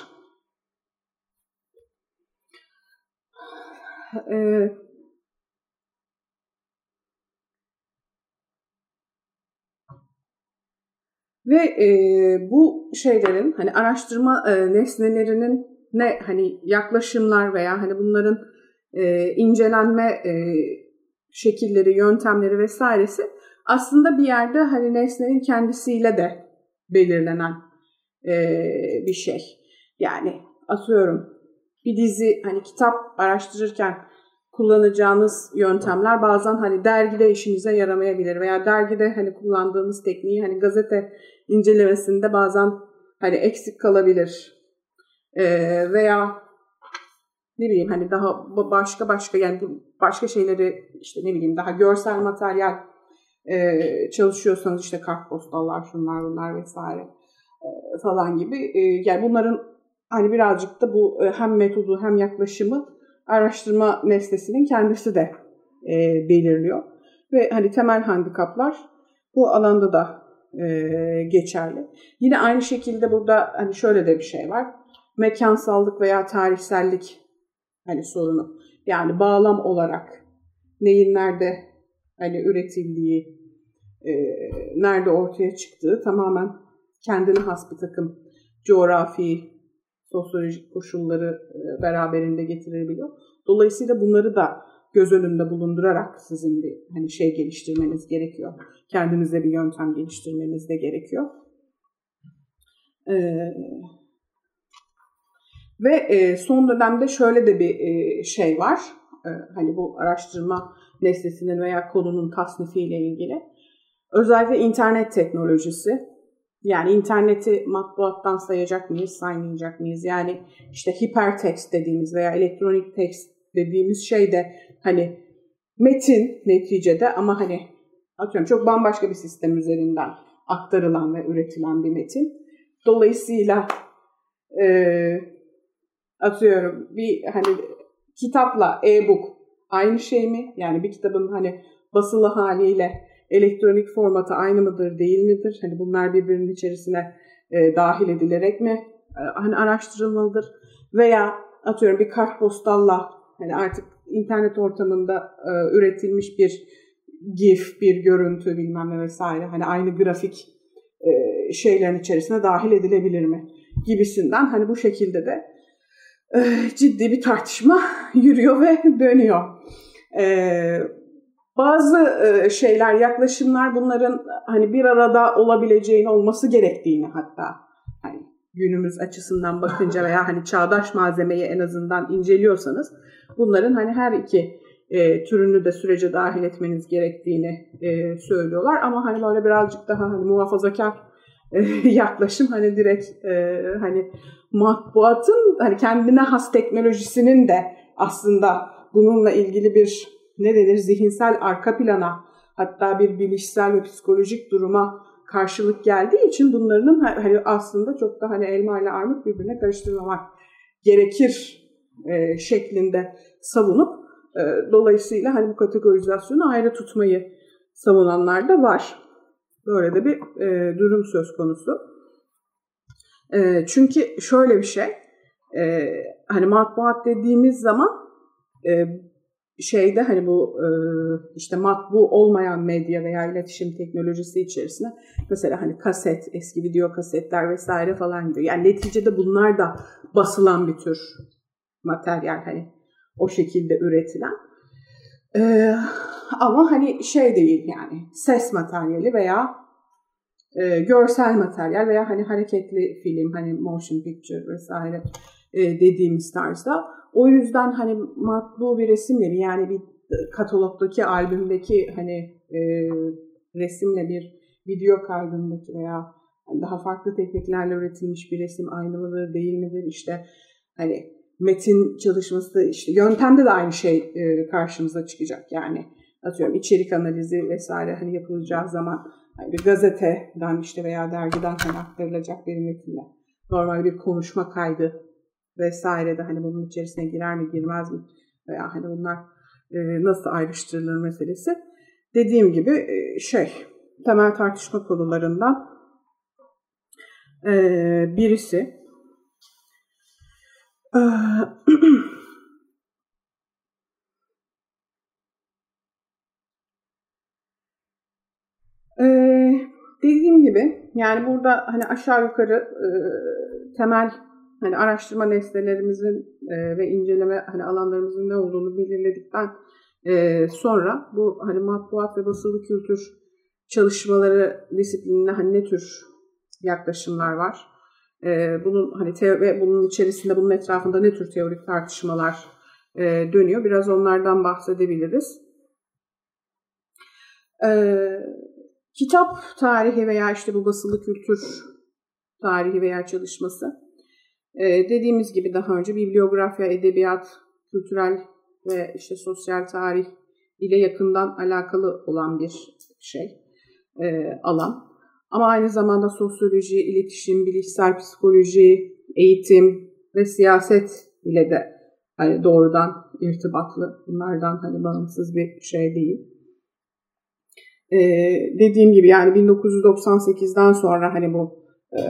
Ve bu şeylerin hani araştırma nesnelerinin ne hani yaklaşımlar veya hani bunların incelenme şekilleri, yöntemleri vesairesi aslında bir yerde hani nesnenin kendisiyle de belirlenen bir şey. Yani atıyorum bir dizi hani kitap araştırırken kullanacağınız yöntemler bazen hani dergide işinize yaramayabilir veya dergide hani kullandığınız tekniği hani gazete incelemesinde bazen hani eksik kalabilir veya ne bileyim hani daha başka yani başka şeyleri işte ne bileyim daha görsel materyal çalışıyorsanız işte kartpostallar şunlar bunlar vesaire falan gibi yani bunların hani birazcık da bu hem metodu hem yaklaşımı araştırma nesnesinin kendisi de belirliyor. Ve hani temel handikaplar bu alanda da geçerli. Yine aynı şekilde burada hani şöyle de bir şey var. Mekansallık veya tarihsellik hani sorunu. Yani bağlam olarak neyin nerede hani üretildiği, nerede ortaya çıktığı tamamen kendine has bir takım coğrafi, sosyolojik koşulları beraberinde getirebiliyor. Dolayısıyla bunları da göz önünde bulundurarak sizin bir hani şey geliştirmeniz gerekiyor. Kendinize bir yöntem geliştirmeniz de gerekiyor. Ve son dönemde şöyle de bir şey var. Hani bu araştırma nesnesinin veya konunun tasnifiyle ilgili. Özellikle internet teknolojisi. Yani interneti matbuattan sayacak mıyız, saymayacak mıyız? Yani işte hipertext dediğimiz veya elektronik text dediğimiz şey de hani metin neticede ama hani atıyorum çok bambaşka bir sistem üzerinden aktarılan ve üretilen bir metin. Dolayısıyla atıyorum bir hani kitapla e-book aynı şey mi? Yani bir kitabın hani basılı haliyle elektronik formatı aynı mıdır, değil midir? Hani bunlar birbirinin içerisine dahil edilerek mi hani araştırılmalıdır? Veya atıyorum bir kartpostalla hani artık internet ortamında üretilmiş bir GIF, bir görüntü bilmem ne vesaire hani aynı grafik şeylerin içerisine dahil edilebilir mi? Gibisinden hani bu şekilde de ciddi bir tartışma yürüyor ve dönüyor. Bazı şeyler, yaklaşımlar bunların hani bir arada olabileceğini, olması gerektiğini hatta hani günümüz açısından bakınca veya hani çağdaş malzemeyi en azından inceliyorsanız bunların hani her iki türünü de sürece dahil etmeniz gerektiğini söylüyorlar. Ama hani böyle birazcık daha hani muhafazakar yaklaşım hani direkt hani matbuatın hani kendine has teknolojisinin de aslında bununla ilgili bir ne denir zihinsel arka plana hatta bir bilişsel ve psikolojik duruma karşılık geldiği için bunların hani aslında çok da hani elma ile armut birbirine karıştırmamak gerekir şeklinde savunup dolayısıyla hani bu kategorizasyonu ayrı tutmayı savunanlar da var. Böyle de bir durum söz konusu. Çünkü şöyle bir şey, hani matbuat dediğimiz zaman şeyde hani bu işte matbu olmayan medya veya iletişim teknolojisi içerisine mesela hani kaset, eski video kasetler vesaire falan giriyor. Yani neticede bunlar da basılan bir tür materyal hani o şekilde üretilen. Ama hani şey değil yani ses materyali veya görsel materyal veya hani hareketli film hani motion picture vesaire dediğimiz tarzda. O yüzden hani matbu bir resimleri yani bir katalogdaki albümdeki hani resimle bir video kaydındaki veya daha farklı tekniklerle üretilmiş bir resim aynı mıdır değil midir işte hani metin çalışması, işte yöntemde de aynı şey karşımıza çıkacak. Yani atıyorum içerik analizi vesaire hani yapılacağı zaman hani bir gazeteden işte veya dergiden hani aktarılacak bir metinle normal bir konuşma kaydı vesaire de hani bunun içerisine girer mi girmez mi veya hani bunlar nasıl ayrıştırılır meselesi. Dediğim gibi temel tartışma konularından birisi. Dediğim gibi yani burada hani aşağı yukarı temel hani araştırma nesnelerimizin ve inceleme hani alanlarımızın ne olduğunu belirledikten sonra bu hani matbuat ve basılı kültür çalışmaları disiplinine hani ne tür yaklaşımlar var? Bunun hani ve bunun içerisinde bunun etrafında ne tür teorik tartışmalar dönüyor? Biraz onlardan bahsedebiliriz. Kitap tarihi veya işte bu basılı kültür tarihi veya çalışması dediğimiz gibi daha önce bibliografya, edebiyat, kültürel ve işte sosyal tarih ile yakından alakalı olan bir alan. Ama aynı zamanda sosyoloji, iletişim, bilişsel psikoloji, eğitim ve siyaset ile de hani doğrudan irtibatlı. Bunlardan hani bağımsız bir şey değil. Dediğim gibi yani 1998'den sonra hani bu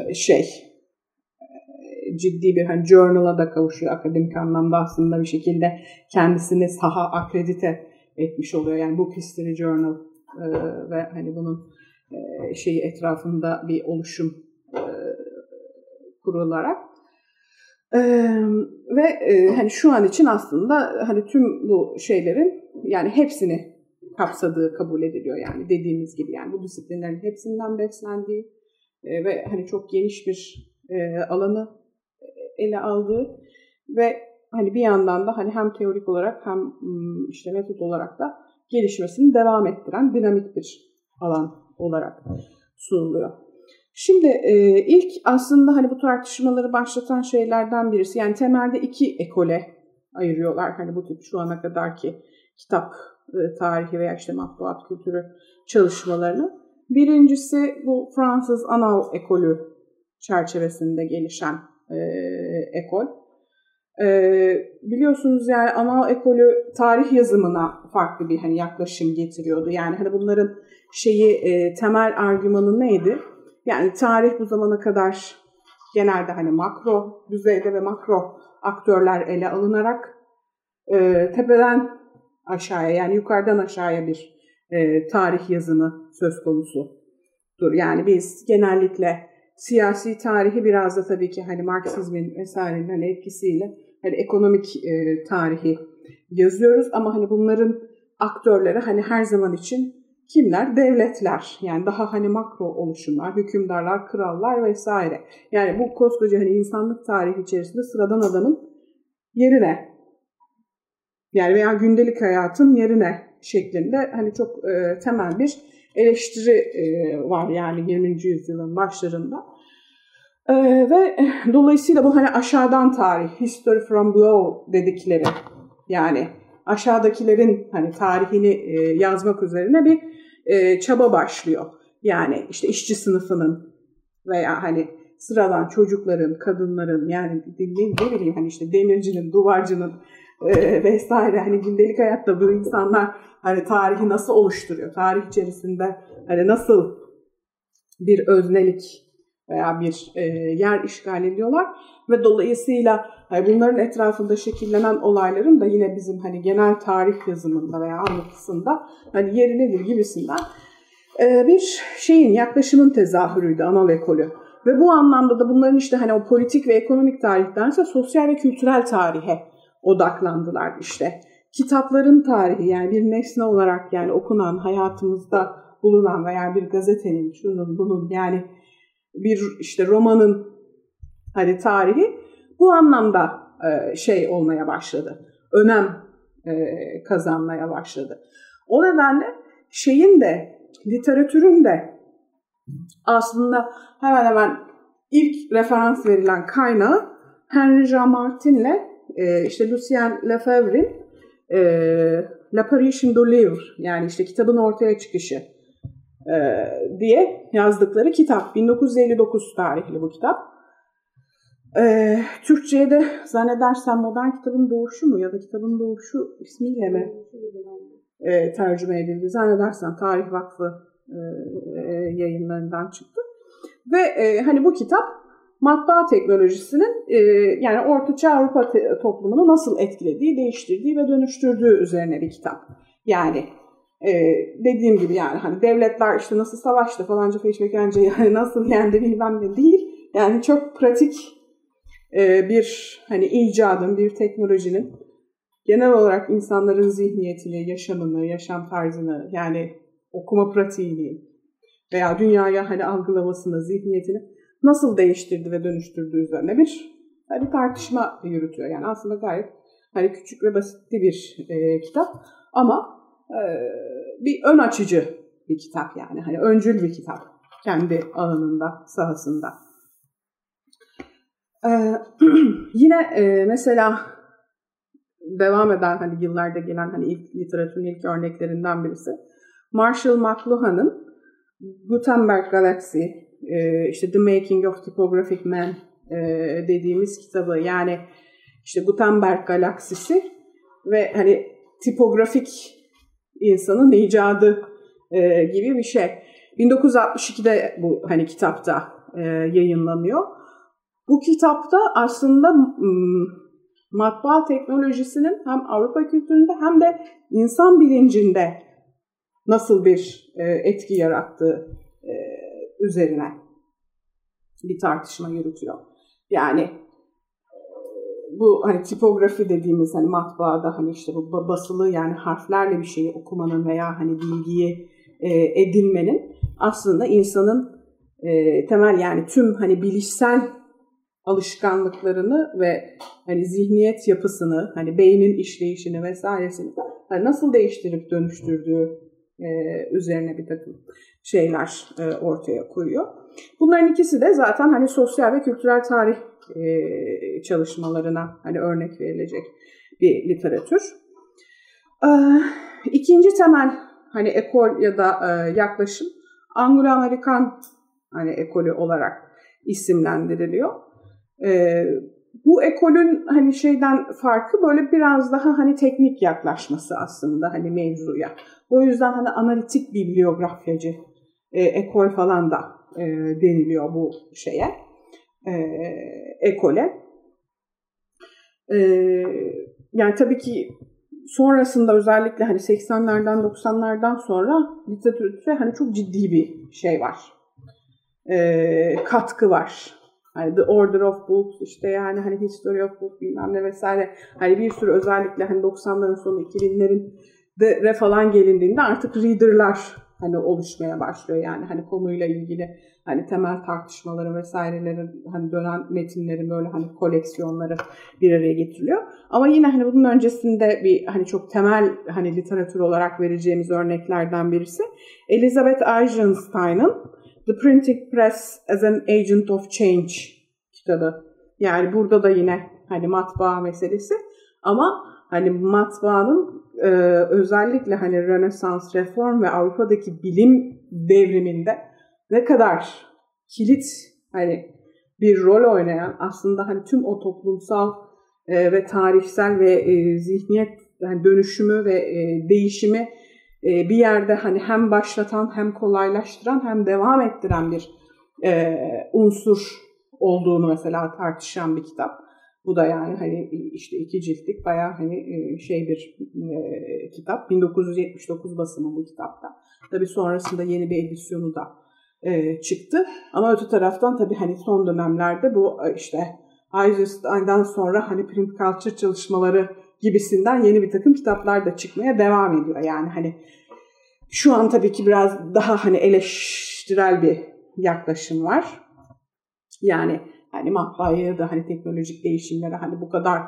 ciddi bir hani journal'a da kavuşuyor akademik anlamda aslında bir şekilde kendisini saha akredite etmiş oluyor. Yani Book History Journal ve hani bunun etrafında bir oluşum kurularak ve hani şu an için aslında hani tüm bu şeylerin yani hepsini kapsadığı kabul ediliyor. Yani dediğimiz gibi yani bu disiplinlerin hepsinden beslendiği ve hani çok geniş bir alanı ele aldığı ve hani bir yandan da hani hem teorik olarak hem işte metot olarak da gelişmesini devam ettiren dinamik bir alan olarak sunuluyor. Şimdi ilk aslında hani bu tartışmaları başlatan şeylerden birisi yani temelde iki ekole ayırıyorlar hani bu tip şu ana kadarki kitap tarihi veya işte matbuat kültürü çalışmalarını. Birincisi bu Fransız Anal ekolü çerçevesinde gelişen ekol. Biliyorsunuz yani Anal ekolü tarih yazımına farklı bir hani yaklaşım getiriyordu. Yani hani bunların temel argümanı neydi? Yani tarih bu zamana kadar genelde hani makro düzeyde ve makro aktörler ele alınarak tepeden aşağıya yani yukarıdan aşağıya bir tarih yazımı söz konusudur. Yani biz genellikle siyasi tarihi biraz da tabii ki hani Marksizmin vesairenin hani etkisiyle hani ekonomik tarihi yazıyoruz ama hani bunların aktörleri hani her zaman için kimler? Devletler. Yani daha hani makro oluşumlar, hükümdarlar, krallar vesaire. Yani bu koskoca hani insanlık tarihi içerisinde sıradan adamın yerine yani veya gündelik hayatın yerine şeklinde hani çok temel bir eleştiri var yani 20. yüzyılın başlarında. Ve dolayısıyla bu hani aşağıdan tarih, history from below dedikleri yani aşağıdakilerin hani tarihini yazmak üzerine bir çaba başlıyor. Yani işte işçi sınıfının veya hani sıradan çocukların, kadınların yani ne bileyim hani işte demircinin, duvarcının vesaire hani gündelik hayatta bu insanlar hani tarihi nasıl oluşturuyor? Tarih içerisinde hani nasıl bir öznelik veya bir yer işgal ediyorlar ve dolayısıyla hani bunların etrafında şekillenen olayların da yine bizim hani genel tarih yazımında veya anlatısında hani yeri nedir gibisinden bir yaklaşımın tezahürüydü Anal ekolü. Ve bu anlamda da bunların işte hani o politik ve ekonomik tarihtense sosyal ve kültürel tarihe odaklandılar işte. Kitapların tarihi yani bir nesne olarak yani okunan, hayatımızda bulunan veya bir gazetenin, şunun bunun yani bir işte romanın hani tarihi bu anlamda olmaya başladı. Önem kazanmaya başladı. O nedenle literatürün de aslında hemen hemen ilk referans verilen kaynağı Henry Jean Martin'le işte Lucien Lefebvre'in L'apparition du livre, yani işte kitabın ortaya çıkışı diye yazdıkları kitap. 1959 tarihli bu kitap. Türkçe'ye de zannedersem Modern Kitabın Doğuşu mu ya da Kitabın Doğuşu ismiyle mi tercüme edildi? Zannedersem Tarih Vakfı yayınlarından çıktı. Ve hani bu kitap matbaa teknolojisinin yani Ortaçağ Avrupa toplumunu nasıl etkilediği, değiştirdiği ve dönüştürdüğü üzerine bir kitap. Yani dediğim gibi yani hani devletler işte nasıl savaştı falanca feşmekence yani nasıl yendi bilmem ne değil. Yani çok pratik bir hani icadın, bir teknolojinin genel olarak insanların zihniyetini, yaşamını, yaşam tarzını yani okuma pratiğini veya dünyaya hani algılamasını, zihniyetini nasıl değiştirdi ve dönüştürdüğü üzerine bir hani tartışma yürütüyor. Yani aslında gayet hani küçük ve basit bir kitap ama bir ön açıcı bir kitap yani hani öncül bir kitap kendi alanında, sahasında. Yine mesela devam eden hani yıllarda gelen hani ilk literatürün ilk örneklerinden birisi Marshall McLuhan'ın Gutenberg Galaxy, işte The Making of Typographic Man dediğimiz kitabı, yani işte Gutenberg galaksisi ve hani tipografik insanın icadı gibi bir şey. 1962'de bu hani kitapta yayınlanıyor. Bu kitapta aslında matbaa teknolojisinin hem Avrupa kültüründe hem de insan bilincinde nasıl bir etki yarattığı üzerine bir tartışma yürütüyor. Yani bu hani tipografi dediğimiz hani matbaada hani işte bu basılı yani harflerle bir şeyi okumanın veya hani bilgiyi edinmenin aslında insanın temel yani tüm hani bilişsel alışkanlıklarını ve hani zihniyet yapısını, hani beynin işleyişini vesairesini hani nasıl değiştirip dönüştürdüğü üzerine bir takım şeyler ortaya koyuyor. Bunların ikisi de zaten hani sosyal ve kültürel tarih çalışmalarına hani örnek verilecek bir literatür. İkinci temel hani ekol ya da yaklaşım Anglo-Amerikan hani ekolü olarak isimlendiriliyor. Bu ekolün hani şeyden farkı böyle biraz daha hani teknik yaklaşması aslında hani mevzuya. O yüzden hani analitik bibliografyacı ekol falan da deniliyor bu şeye, ekole. Yani tabii ki sonrasında özellikle hani 80'lerden 90'lardan sonra literatüre hani çok ciddi bir şey var. Katkı var. Hani The Order of Books, işte yani hani History of Books bilmem ne vesaire. Hani bir sürü özellikle hani 90'ların sonu 2000'lerin de falan gelindiğinde artık reader'lar hani oluşmaya başlıyor. Yani hani konuyla ilgili hani temel tartışmaları vesairelerin hani dönen metinlerin böyle hani koleksiyonları bir araya getiriliyor. Ama yine hani bunun öncesinde bir hani çok temel hani literatür olarak vereceğimiz örneklerden birisi Elizabeth Eisenstein'ın The Printing Press as an Agent of Change kitabı. Yani burada da yine hani matbaa meselesi ama hani matbaanın özellikle hani Rönesans, Reform ve Avrupa'daki bilim devriminde ne kadar kilit hani bir rol oynayan aslında hani tüm o toplumsal ve tarihsel ve zihniyet yani dönüşümü ve değişimi bir yerde hani hem başlatan hem kolaylaştıran hem devam ettiren bir unsur olduğunu mesela tartışan bir kitap. Bu da yani hani işte 2 ciltlik bayağı hani şey bir kitap. 1979 basımı bu kitapta. Tabii sonrasında yeni bir edisyonu da çıktı. Ama öte taraftan tabii hani son dönemlerde bu işte Eisenstein'dan sonra hani print culture çalışmaları gibisinden yeni bir takım kitaplar da çıkmaya devam ediyor. Yani hani şu an tabii ki biraz daha hani eleştirel bir yaklaşım var. Yani hani matbaaya da hani teknolojik değişimlere hani bu kadar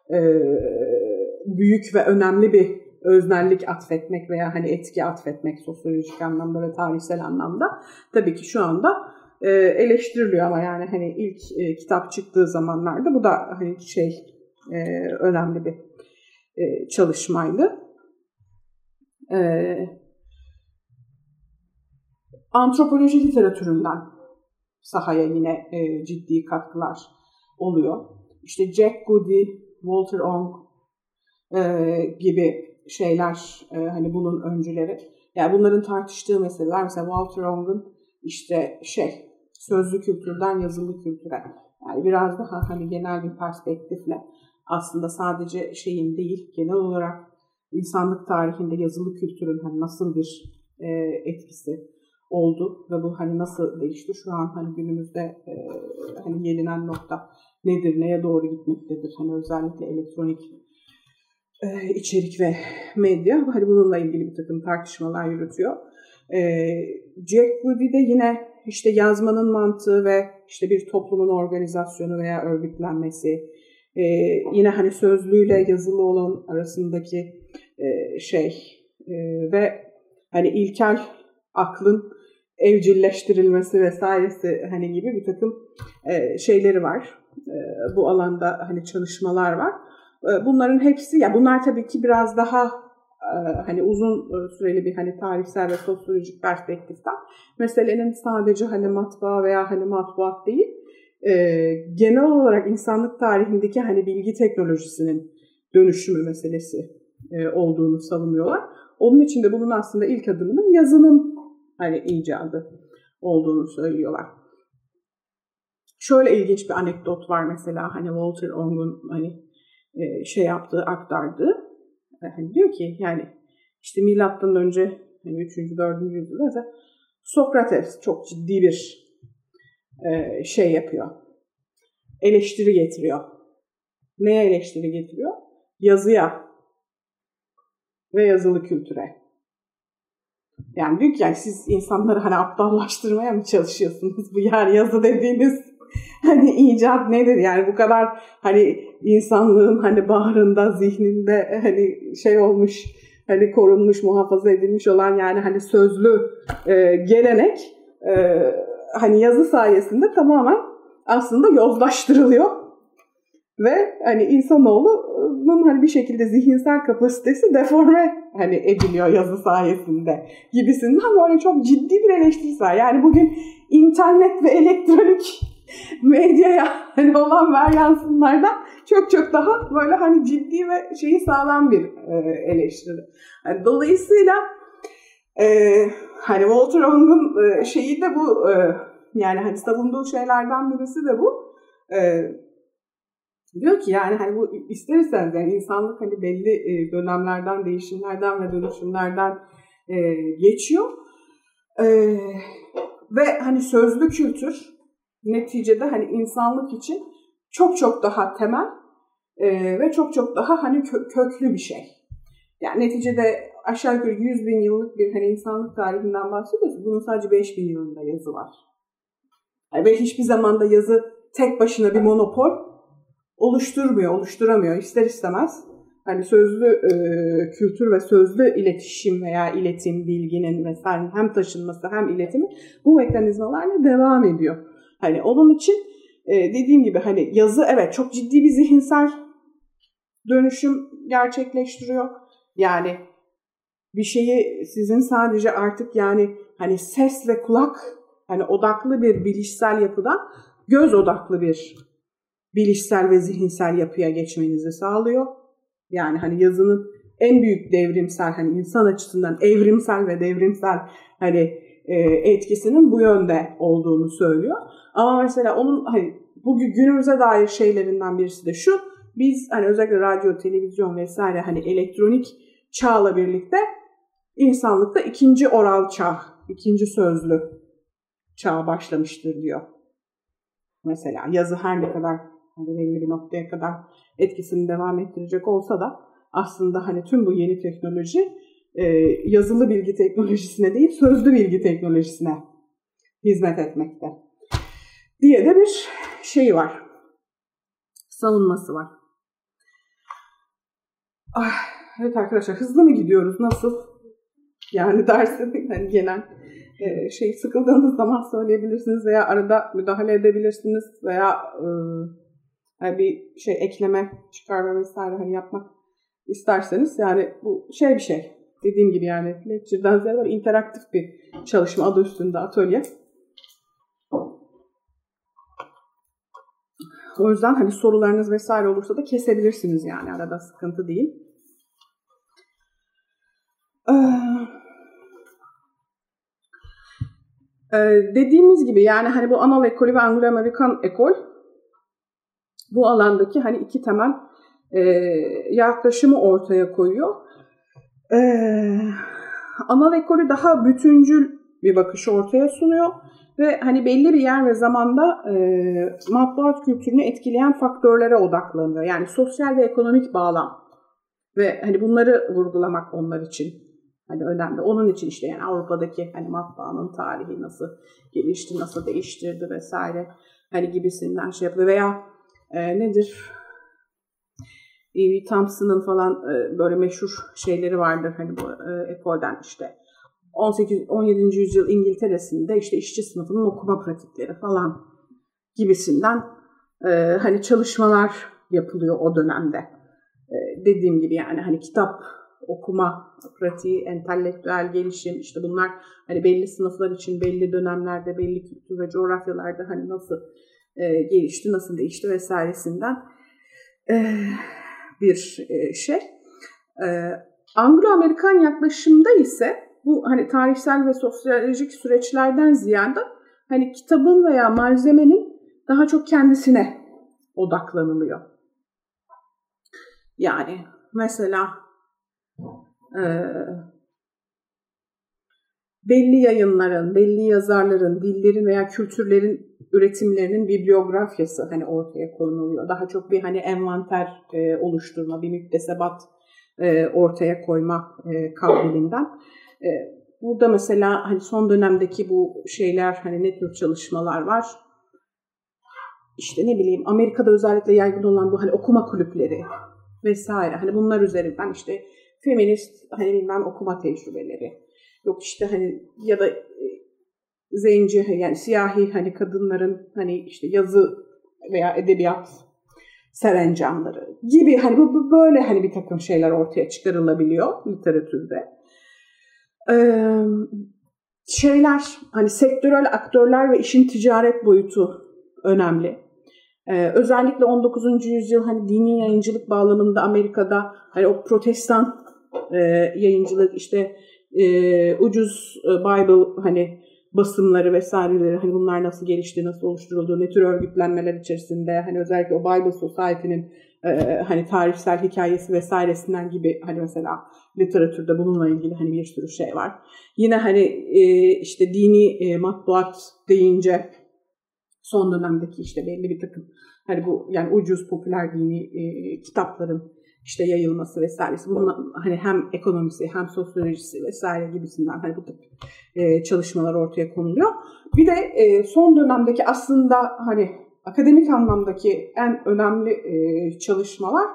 büyük ve önemli bir öznellik atfetmek veya hani etki atfetmek sosyolojik anlamda ve tarihsel anlamda tabii ki şu anda eleştiriliyor ama yani hani ilk kitap çıktığı zamanlarda bu da hani şey önemli bir çalışmaydı. Antropoloji literatüründen sahaya yine ciddi katkılar oluyor. İşte Jack Goody, Walter Ong gibi şeyler hani bunun öncüleri. Yani bunların tartıştığı meseleler, mesela Walter Ong'un işte sözlü kültürden yazılı kültüre, yani biraz daha hani genel bir perspektifle aslında sadece şeyin değil, genel olarak insanlık tarihinde yazılı kültürün hani nasıl bir etkisi oldu ve bu hani nasıl değişti, şu an hani günümüzde hani gelinen nokta nedir, neye doğru gitmektedir, hani özellikle elektronik içerik ve medya, hani bununla ilgili bir takım tartışmalar yürütüyor. Jack Goody de yine işte yazmanın mantığı ve işte bir toplumun organizasyonu veya örgütlenmesi, yine hani sözlüyle yazılı olan arasındaki ve hani ilkel aklın evcilleştirilmesi vesairesi hani gibi bir takım şeyleri var. Bu alanda hani çalışmalar var. Bunların hepsi, ya bunlar tabii ki biraz daha hani uzun süreli bir hani tarihsel ve sosyolojik perspektiften meselenin sadece hani matbaa veya hani matbuat değil, genel olarak insanlık tarihindeki hani bilgi teknolojisinin dönüşümü meselesi olduğunu savunuyorlar. Onun için de bunun aslında ilk adımının yazının hani icadı olduğunu söylüyorlar. Şöyle ilginç bir anekdot var mesela, hani Walter Ong'un hani aktardığı. Hani diyor ki yani işte milattan önce 3. 4. yüzyılda mesela Sokrates çok ciddi bir yapıyor. Eleştiri getiriyor. Neye eleştiri getiriyor? Yazıya ve yazılı kültüre. Yani diyor ki yani siz insanları hani aptallaştırmaya mı çalışıyorsunuz? Bu yani yazı dediğiniz hani icat nedir? Yani bu kadar hani insanlığın hani bahrında, zihninde hani olmuş, hani korunmuş, muhafaza edilmiş olan yani hani sözlü gelenek hani yazı sayesinde tamamen aslında yozlaştırılıyor. Ve hani insanoğlunun hani bir şekilde zihinsel kapasitesi deforme hani ediliyor yazı sayesinde gibisinden böyle çok ciddi bir eleştirisi var. Yani bugün internet ve elektronik medyaya hani olan varyansınlardan çok daha böyle hani ciddi ve sağlam bir eleştiri. Yani dolayısıyla hani Walter Ong'un şeyi de bu, yani hani savunduğu şeylerden birisi de bu. Diyor ki yani hani bu ister istemez yani insanlık hani belli dönemlerden, değişimlerden ve dönüşümlerden geçiyor. Ve hani sözlü kültür neticede hani insanlık için çok daha temel ve çok daha hani köklü bir şey. Yani neticede aşağı yukarı 100.000 yıllık bir hani insanlık tarihinden bahsediyoruz. Bunun sadece 5.000 yılında yazı var. Yani ve hiçbir zaman da yazı tek başına bir monopol oluşturamıyor ister istemez. Hani sözlü kültür ve sözlü iletişim veya iletim, bilginin vesaire hem taşınması hem iletimi bu mekanizmalarla devam ediyor. Hani onun için dediğim gibi hani yazı evet çok ciddi bir zihinsel dönüşüm gerçekleştiriyor. Yani bir şeyi sizin sadece artık yani hani ses ve kulak hani odaklı bir bilişsel yapıdan göz odaklı bir bilişsel ve zihinsel yapıya geçmenizi sağlıyor. Yani hani yazının en büyük devrimsel hani insan açısından evrimsel ve devrimsel hani etkisinin bu yönde olduğunu söylüyor. Ama mesela onun hani bugün günümüze dair şeylerinden birisi de şu. Biz hani özellikle radyo, televizyon vesaire hani elektronik çağla birlikte insanlıkta ikinci oral çağ, ikinci sözlü çağ başlamıştır diyor. Mesela yazı her ne kadar hani belli bir noktaya kadar etkisini devam ettirecek olsa da aslında hani tüm bu yeni teknoloji yazılı bilgi teknolojisine değil sözlü bilgi teknolojisine hizmet etmekte diye de bir şey var. Savunması var. Evet arkadaşlar hızlı mı gidiyoruz? Nasıl? Yani dersin hani genel sıkıldığınız zaman söyleyebilirsiniz veya arada müdahale edebilirsiniz veya hani bir şey ekleme, çıkarma vesaire hani yapmak isterseniz yani bu bir şey. Dediğim gibi yani lecture'dan ziyade interaktif bir çalışma, adı üstünde atölye. O yüzden hani sorularınız vesaire olursa da kesebilirsiniz yani arada, sıkıntı değil. Dediğimiz gibi yani hani bu Anal ekolü ve Anglo-Amerikan ekol bu alandaki hani iki temel yaklaşımı ortaya koyuyor. Anal ekolü daha bütüncül bir bakış ortaya sunuyor ve hani belli bir yer ve zamanda matbuat kültürünü etkileyen faktörlere odaklanıyor. Yani sosyal ve ekonomik bağlam ve hani bunları vurgulamak onlar için hani önemli. Onun için işte yani Avrupa'daki hani matbaanın tarihi nasıl gelişti, nasıl değiştirdi vesaire hani gibisinden şey yapıyor veya nedir? E.V. Thompson'ın falan böyle meşhur şeyleri vardır hani bu ekolden işte 17. yüzyıl İngiltere'sinde işte işçi sınıfının okuma pratikleri falan gibisinden hani çalışmalar yapılıyor o dönemde. Dediğim gibi yani hani kitap okuma pratiği, entelektüel gelişim işte bunlar hani belli sınıflar için belli dönemlerde, belli kültür ve coğrafyalarda hani nasıl gelişti, nasıl değişti vesairesinden bir şey. Anglo-Amerikan yaklaşımda ise bu hani tarihsel ve sosyolojik süreçlerden ziyade hani kitabın veya malzemenin daha çok kendisine odaklanılıyor. Yani mesela belli yayınların, belli yazarların, dillerin veya kültürlerin üretimlerinin bibliografyası hani ortaya konuluyor. Daha çok bir hani envanter oluşturma, bir müktesebat ortaya koyma kabiliğinden. Burada mesela hani son dönemdeki bu şeyler hani ne tür çalışmalar var? İşte ne bileyim Amerika'da özellikle yaygın olan bu hani okuma kulüpleri vesaire. Hani bunlar üzerinden işte feminist hani bilmem okuma tecrübeleri. Yok işte hani ya da zenci yani siyahi hani kadınların hani işte yazı veya edebiyat sevencanları gibi hani bu böyle hani bir takım şeyler ortaya çıkarılabiliyor literatürde. Şeyler hani sektörel aktörler ve işin ticaret boyutu önemli. Özellikle 19. yüzyıl hani dini yayıncılık bağlamında Amerika'da hani o protestan yayıncılık işte ucuz Bible hani basımları vesaireleri hani bunlar nasıl gelişti, nasıl oluşturuldu, ne tür örgütlenmeler içerisinde hani özellikle o Bible Society'nin hani tarihsel hikayesi vesairesinden gibi hani mesela literatürde bununla ilgili hani bir sürü şey var. Yine hani işte dini matbuat deyince son dönemdeki işte belli bir takım hani bu yani ucuz popüler dini kitapların işte yayılması vesairesi bunun hani hem ekonomisi hem sosyolojisi vesaire gibisinden hani bu tip çalışmalar ortaya konuluyor. Bir de son dönemdeki aslında hani akademik anlamdaki en önemli çalışmalar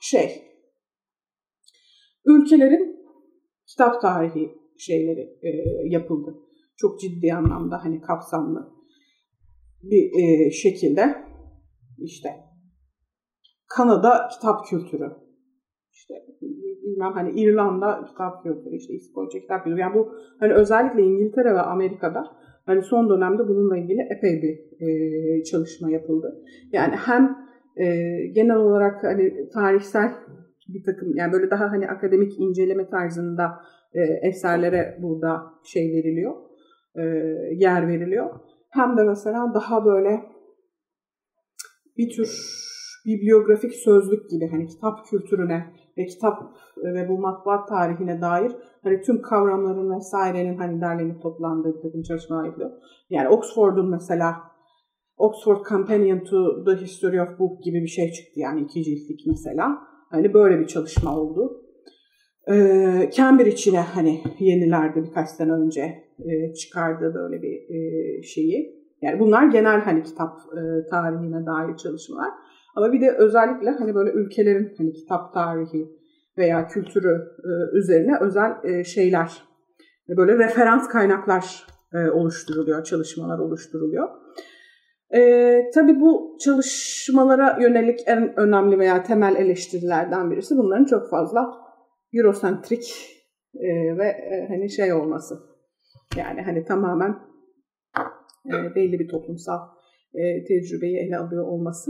ülkelerin kitap tarihi şeyleri yapıldı. Çok ciddi anlamda hani kapsamlı bir şekilde işte Kanada kitap kültürü, işte bilmem hani İrlanda kitap kültürü, işte İskoçya kitap kültürü. Yani bu hani özellikle İngiltere ve Amerika'da hani son dönemde bununla ilgili epey bir çalışma yapıldı. Yani hem genel olarak hani tarihsel bir takım yani böyle daha hani akademik inceleme tarzında eserlere burada veriliyor, yer veriliyor. Hem de mesela daha böyle bir tür bibliografik sözlük gibi hani kitap kültürüne ve kitap ve bu matbuat tarihine dair hani tüm kavramların vesairenin hani derlenip toplandığı bir takım çalışmalar yapılıyor. Yani Oxford'un mesela Oxford Companion to the History of Book gibi bir şey çıktı yani 2 ciltlik mesela. Hani böyle bir çalışma oldu. Cambridge yine hani yenilerde birkaç sene önce çıkardığı böyle bir şeyi. Yani bunlar genel hani kitap tarihine dair çalışmalar. Ama bir de özellikle hani böyle ülkelerin hani kitap tarihi veya kültürü üzerine özel şeyler, böyle referans kaynaklar oluşturuluyor, çalışmalar oluşturuluyor. Tabii bu çalışmalara yönelik en önemli veya temel eleştirilerden birisi bunların çok fazla Eurosentrik ve hani şey olması. Yani hani tamamen belli bir toplumsal tecrübeyi ele alıyor olması.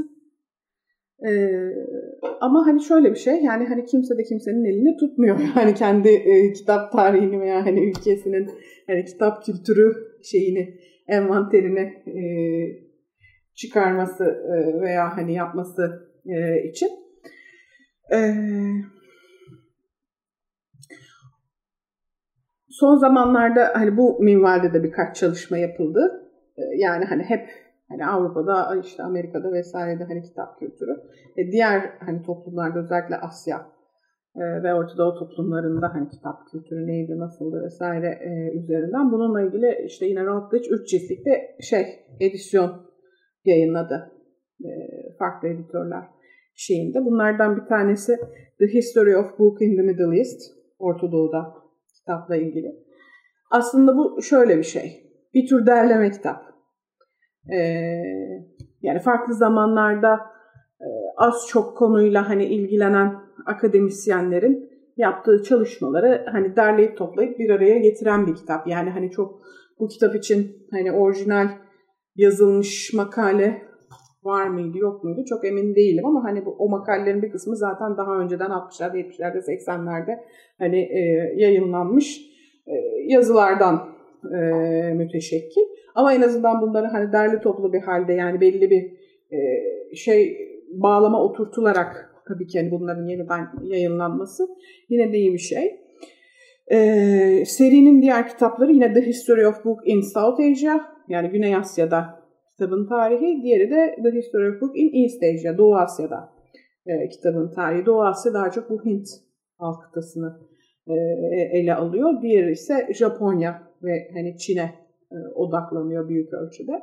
Ama hani şöyle bir şey, yani hani kimse de kimsenin elini tutmuyor. Yani kendi kitap tarihini veya hani ülkesinin hani kitap kültürü şeyini, envanterini çıkarması veya hani yapması için. Son zamanlarda hani bu minvalde de birkaç çalışma yapıldı. Yani hani hep hani Avrupa'da, işte Amerika'da vesairede hani kitap kültürü. Diğer hani toplumlarda, özellikle Asya ve Orta Doğu toplumlarında hani kitap kültürü neydi, nasıldı vesaire üzerinden. Bununla ilgili işte yine Routledge 3 ciltlik bir edisyon yayınladı. Farklı editörler şeyinde. Bunlardan bir tanesi The History of Book in the Middle East, Orta Doğu'da kitapla ilgili. Aslında bu şöyle bir şey. Bir tür derleme kitap. Yani farklı zamanlarda az çok konuyla hani ilgilenen akademisyenlerin yaptığı çalışmaları hani derleyip toplayıp bir araya getiren bir kitap. Yani hani çok bu kitap için hani orijinal yazılmış makale var mıydı yok muydu çok emin değilim ama hani o makalelerin bir kısmı zaten daha önceden 60'larda, 70'lerde, 80'lerde hani yayınlanmış yazılardan müteşekkil. Ama en azından bunları hani derli toplu bir halde, yani belli bir bağlama oturtularak, tabii ki hani bunların yeniden yayınlanması yine de iyi bir şey. Serinin diğer kitapları yine The History of Book in South Asia, yani Güney Asya'da kitabın tarihi. Diğeri de The History of Book in East Asia, Doğu Asya'da kitabın tarihi. Doğu Asya daha çok bu Hint alt kıtasını ele alıyor. Diğeri ise Japonya ve hani Çin'e odaklanıyor büyük ölçüde.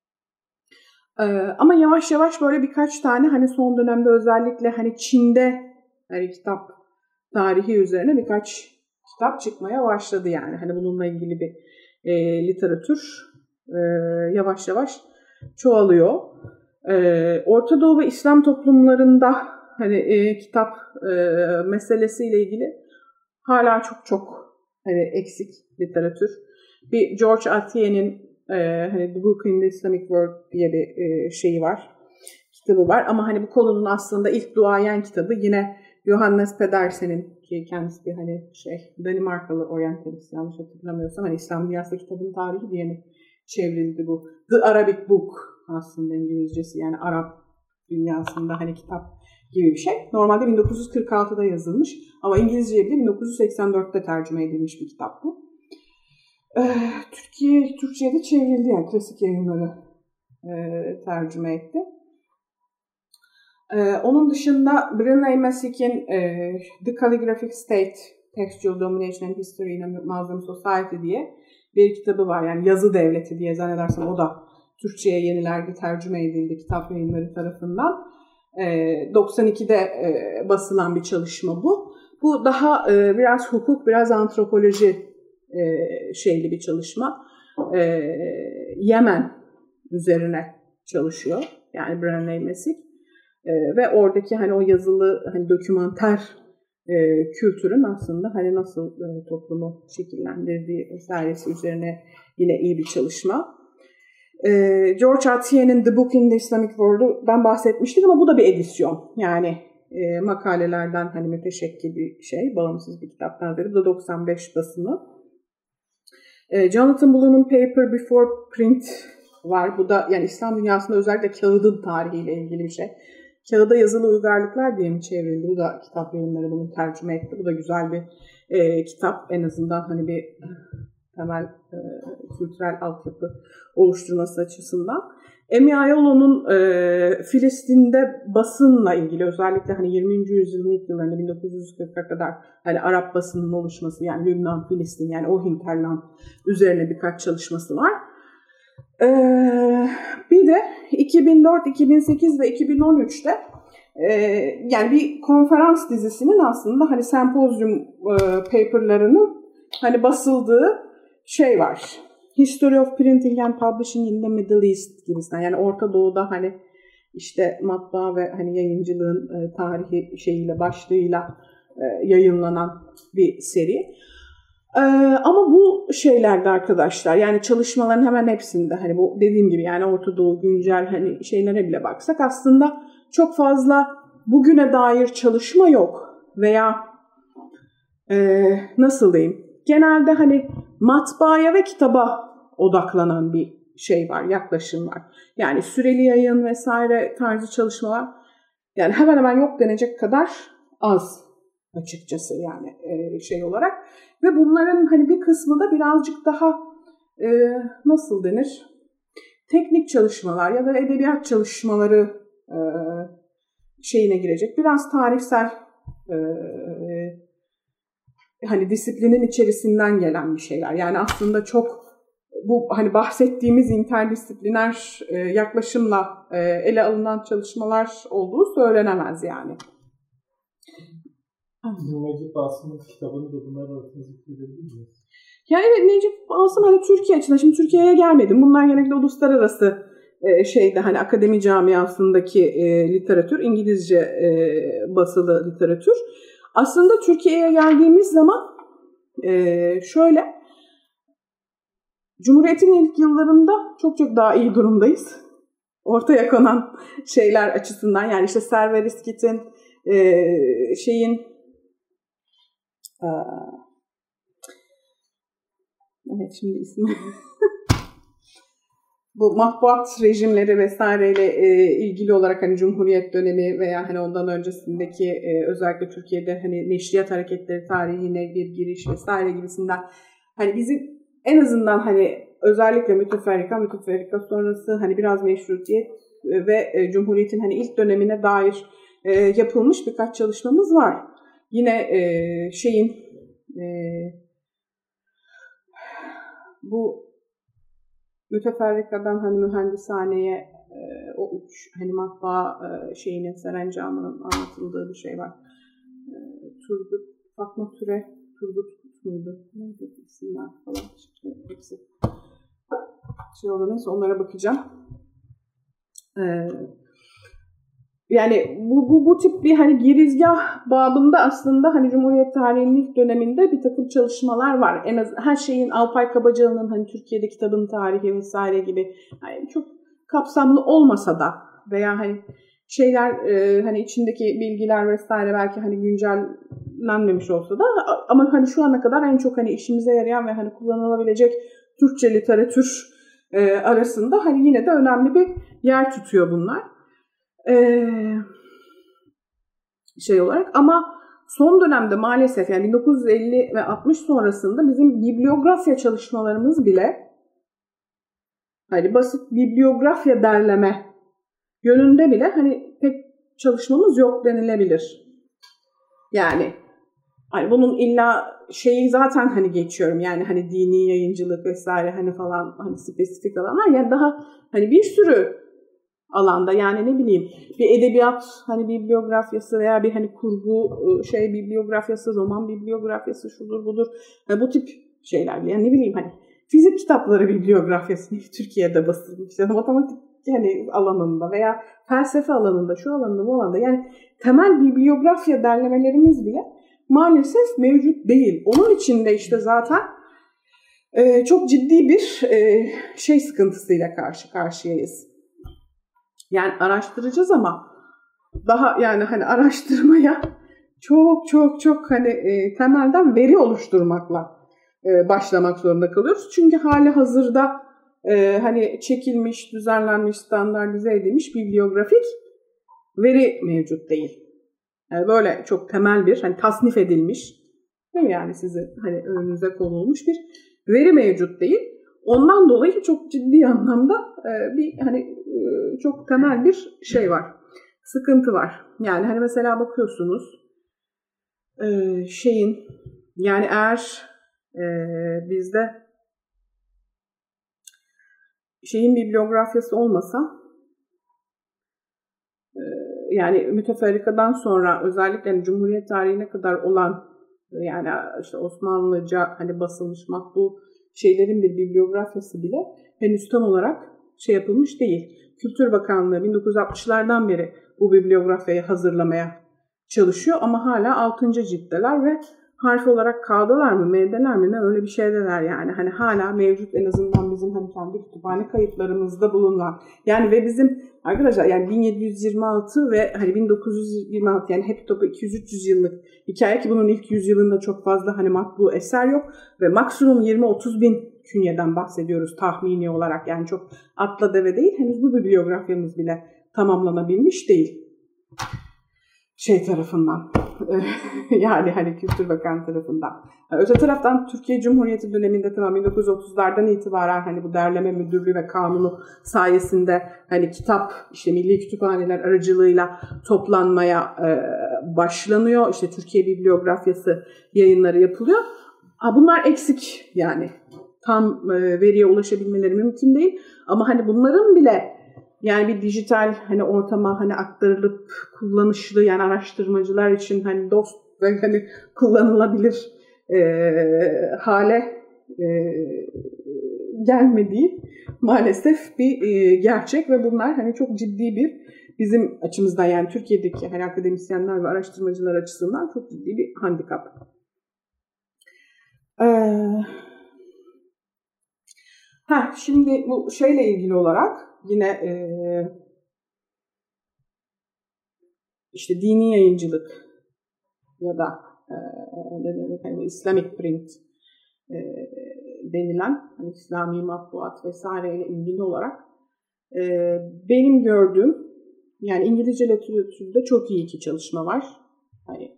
Ama yavaş yavaş böyle birkaç tane hani son dönemde özellikle hani Çin'de hani kitap tarihi üzerine birkaç kitap çıkmaya başladı yani. Hani bununla ilgili bir literatür yavaş yavaş çoğalıyor. Orta Doğu ve İslam toplumlarında hani kitap meselesiyle ilgili hala çok hani eksik literatür. Bir George Atiye'nin hani The Book in the Islamic World diye bir şeyi var, kitabı var. Ama hani bu konunun aslında ilk duayen kitabı yine Johannes Pedersen'in, ki kendisi bir hani Danimarkalı oryantalist, yanlış hatırlamıyorsam, hani İslam Dünyası kitabın tarihi diye mi çevrildi bu? The Arabic Book aslında İngilizcesi, yani Arap dünyasında hani kitap gibi bir şey. Normalde 1946'da yazılmış ama İngilizceye bile 1984'te tercüme edilmiş bir kitap bu. Türkçe'ye de çevrildi, yani Klasik Yayınları tercüme etti. Onun dışında Brené Messick'in The Calligraphic State, Textual Domination and History in a Muslim Society diye bir kitabı var. Yani Yazı Devleti diye zannedersem o da Türkçe'ye yenilerde tercüme edildi Kitap Yayınları tarafından. 92'de basılan bir çalışma bu. Bu daha biraz hukuk, biraz antropoloji şeyli bir çalışma. Yemen üzerine çalışıyor. Yani Brené Messick. Ve oradaki hani o yazılı hani dokümanter kültürün aslında hani nasıl toplumu şekillendirdiği vesairesi üzerine yine iyi bir çalışma. George Atiye'nin The Book in the Islamic World'u ben bahsetmiştim ama bu da bir edisyon. Yani makalelerden hani müteşekkil bir şey, bağımsız bir kitaptan beri. Bu da 95 basımı. Jonathan Bloom'un Paper Before Print var. Bu da yani İslam dünyasında özellikle kağıdın tarihiyle ilgili bir şey. Kağıda yazılı uygarlıklar diye mi çevrildi? Bu da Kitap Yayınları bunu tercüme etti. Bu da güzel bir kitap. En azından hani bir temel kültürel altyapı oluşturması açısından. Emi Ayolo'nun Filistin'de basınla ilgili, özellikle hani 20. yüzyılın ilk yıllarında 1940'a kadar hani Arap basının oluşması, yani Lübnan, Filistin, yani o hinterland üzerine birkaç çalışması var. Bir de 2004, 2008 ve 2013'te yani bir konferans dizisinin aslında hani sempozyum paperlarının hani basıldığı şey var. History of Printing and Publishing in the Middle East gibisinden. Yani Orta Doğu'da hani işte matbaa ve hani yayıncılığın tarihi şeyiyle, başlığıyla yayınlanan bir seri. Ama bu şeylerde arkadaşlar, yani çalışmaların hemen hepsinde hani bu dediğim gibi yani Orta Doğu güncel hani şeylere bile baksak aslında çok fazla bugüne dair çalışma yok veya nasıl diyeyim, genelde hani matbaaya ve kitaba odaklanan bir şey var, yaklaşım var. Yani süreli yayın vesaire tarzı çalışmalar yani hemen hemen yok denecek kadar az açıkçası yani şey olarak. Ve bunların hani bir kısmı da birazcık daha nasıl denir? Teknik çalışmalar ya da edebiyat çalışmaları şeyine girecek. Biraz tarihsel hani disiplinin içerisinden gelen bir şeyler. Yani aslında çok bu hani bahsettiğimiz interdisipliner yaklaşımla ele alınan çalışmalar olduğu söylenemez yani. Necip Asım'ın kitabını da bunlar arasında zikredebilir miyiz? Ya evet, Necip Asım hani Türkiye açısından, şimdi Türkiye'ye gelmedim. Bunlar genellikle uluslararası şeyde hani akademi camiasındaki literatür, İngilizce basılı literatür. Aslında Türkiye'ye geldiğimiz zaman şöyle, Cumhuriyet'in ilk yıllarında çok çok daha iyi durumdayız. Ortaya konan şeyler açısından yani işte Server İskit'in evet şimdi ismi bu matbuat rejimleri vesaireyle ilgili olarak hani Cumhuriyet dönemi veya hani ondan öncesindeki özellikle Türkiye'de hani neşriyat hareketleri tarihine bir giriş vesaire gibisinden hani bizim en azından hani özellikle müteferrika sonrası hani biraz meşrutiyet ve Cumhuriyet'in hani ilk dönemine dair yapılmış birkaç çalışmamız var. Yine bu müteferrikadan hani mühendishaneye o üç hani matbaa şeyinin serencamının anlatıldığı bir şey var. Fatma Turgut muydu? Neydi isimler falan işte hepsi. Şey oldu neyse onlara bakacağım. Yani bu tip bir hani girizgah babında aslında hani Cumhuriyet tarihinin ilk döneminde bir takım çalışmalar var. En az her şeyin Alpay Kabacalı'nın hani Türkiye'de kitabın tarihi vesaire gibi yani çok kapsamlı olmasa da veya hani şeyler hani içindeki bilgiler vesaire belki hani güncellenmemiş olsa da ama hani şu ana kadar en çok hani işimize yarayan ve hani kullanılabilecek Türkçe literatür arasında hani yine de önemli bir yer tutuyor bunlar. Şey olarak ama son dönemde maalesef yani 1950 ve 60 sonrasında bizim bibliografya çalışmalarımız bile hani basit bibliografya derleme yönünde bile hani pek çalışmamız yok denilebilir. Yani hani bunun illa şeyi zaten hani geçiyorum yani hani dini yayıncılık vesaire hani falan hani spesifik alanlar yani daha hani bir sürü alanda yani ne bileyim bir edebiyat hani bibliografyası veya bir hani kurgu bibliografyası, roman bibliografyası şudur budur yani bu tip şeyler yani ne bileyim hani fizik kitapları bibliografyası Türkiye'de basılmış işte matematik yani alanında veya felsefe alanında şu alanda bu alanda yani temel bibliografya derlemelerimiz bile maalesef mevcut değil. Onun için de işte zaten çok ciddi bir şey sıkıntısıyla karşı karşıyayız. Yani araştıracağız ama daha yani hani araştırmaya çok hani temelden veri oluşturmakla başlamak zorunda kalıyoruz. Çünkü hali hazırda hani çekilmiş, düzenlenmiş, standartize edilmiş bibliografik veri mevcut değil. Yani böyle çok temel bir hani tasnif edilmiş değil mi yani size hani önünüze konulmuş bir veri mevcut değil. Ondan dolayı çok ciddi anlamda bir hani çok temel bir şey var. Sıkıntı var. Yani hani mesela bakıyorsunuz yani eğer bizde bibliografyası olmasa yani müteferrikadan sonra özellikle hani Cumhuriyet tarihine kadar olan yani işte Osmanlıca hani basılmış matbu şeylerin bir bibliografyası bile henüz tam olarak şey yapılmış değil. Kültür Bakanlığı 1960'lardan beri bu bibliografyayı hazırlamaya çalışıyor ama hala 6. ciltteler ve harf olarak K'dalar mı, M'deler mi ne öyle bir şeydeler yani. Hani hala mevcut en azından bizim hani kendi kütüphane kayıtlarımızda bulunan. Yani ve bizim arkadaşlar yani 1726 ve hani 1926 yani hep topu 200-300 yıllık hikaye ki bunun ilk yüzyılında çok fazla hani matbu eser yok ve maksimum 20-30 bin künyeden bahsediyoruz tahmini olarak yani çok atla deve değil. Henüz bu bibliografyamız bile tamamlanabilmiş değil. Şey tarafından yani hani Kültür Bakanı tarafından. Öte taraftan Türkiye Cumhuriyeti döneminde tamam 1930'lardan itibaren hani bu derleme müdürlüğü ve kanunu sayesinde hani kitap işte milli kütüphaneler aracılığıyla toplanmaya başlanıyor. İşte Türkiye bibliografyası yayınları yapılıyor. Bunlar eksik yani tam veriye ulaşabilmeleri mümkün değil. Ama hani bunların bile yani bir dijital hani ortama hani aktarılıp kullanışlı yani araştırmacılar için hani dost ve hani kullanılabilir hale gelmediği maalesef bir gerçek ve bunlar hani çok ciddi bir bizim açımızdan yani Türkiye'deki hani akademisyenler ve araştırmacılar açısından çok ciddi bir handikap. Şimdi bu şeyle ilgili olarak yine işte dini yayıncılık ya da Islamic print denilen hani İslami matbuat vesaireyle ilgili olarak benim gördüğüm yani İngilizce literatürde çok iyi iki çalışma var. Hani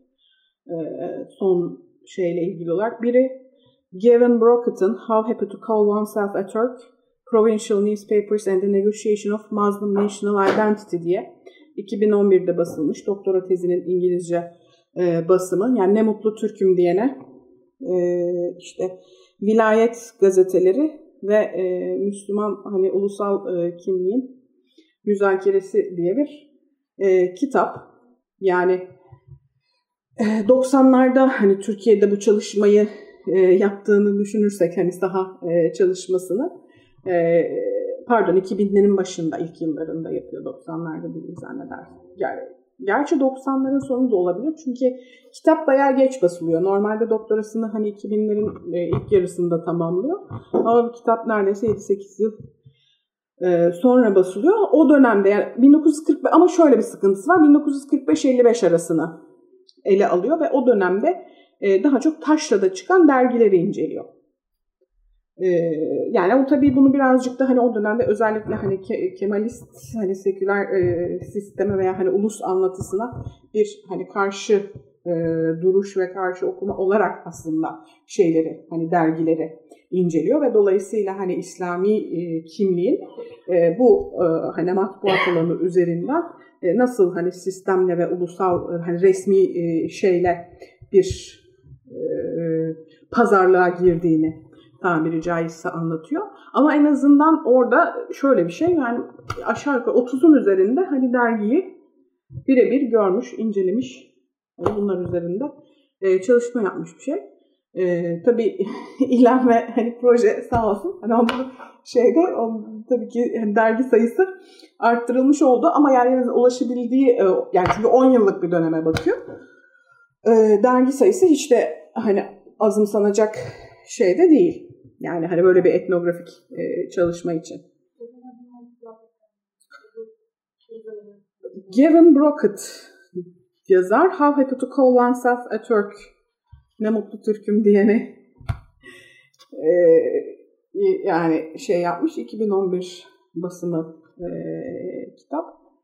son şeyle ilgili olarak biri Gavin Brockett'ın How Happy to Call Oneself a Turk, Provincial Newspapers and the Negotiation of Muslim National Identity diye 2011'de basılmış doktora tezinin İngilizce basımı. Yani ne mutlu Türk'üm diyene işte vilayet gazeteleri ve Müslüman hani ulusal kimliğin müzakeresi diye bir kitap. Yani 90'larda hani Türkiye'de bu çalışmayı yaptığını düşünürsek hani saha çalışmasını 2000'lerin başında ilk yıllarında yapıyor 90'larda değil zannedersin. Gerçi 90'ların sonu da olabilir çünkü kitap bayağı geç basılıyor. Normalde doktorasını hani 2000'lerin ilk yarısında tamamlıyor. Ama bu kitap neredeyse 7-8 yıl sonra basılıyor. O dönemde yani 1940 ama şöyle bir sıkıntısı var. 1945-55 arasını ele alıyor ve o dönemde daha çok Taşra'da çıkan dergileri inceliyor. Yani o tabii bunu birazcık da hani o dönemde özellikle hani Kemalist hani seküler sisteme veya hani ulus anlatısına bir hani karşı duruş ve karşı okuma olarak aslında şeyleri hani dergileri inceliyor ve dolayısıyla hani İslami kimliğin bu hani matbuat alanı üzerinden nasıl hani sistemle ve ulusal hani resmi şeyle bir pazarlığa girdiğini tabiri caizse anlatıyor. Ama en azından orada şöyle bir şey yani aşağı yukarı 30'un üzerinde hani dergiyi birebir görmüş, incelemiş. Yani bunlar üzerinde çalışma yapmış bir şey. Tabii İlhan ve hani proje sağ olsun. Hani onun tabii ki hani dergi sayısı arttırılmış oldu ama yani ulaşabildiği yani çünkü 10 yıllık bir döneme bakıyor. Dergi sayısı hiç de hani azımsanacak şey de değil. Yani hani böyle bir etnografik çalışma için. Gavin Brockett yazar. How Happy to Call Oneself a Turk. Ne mutlu Türk'üm diyene yani şey yapmış. 2011 basımı kitap.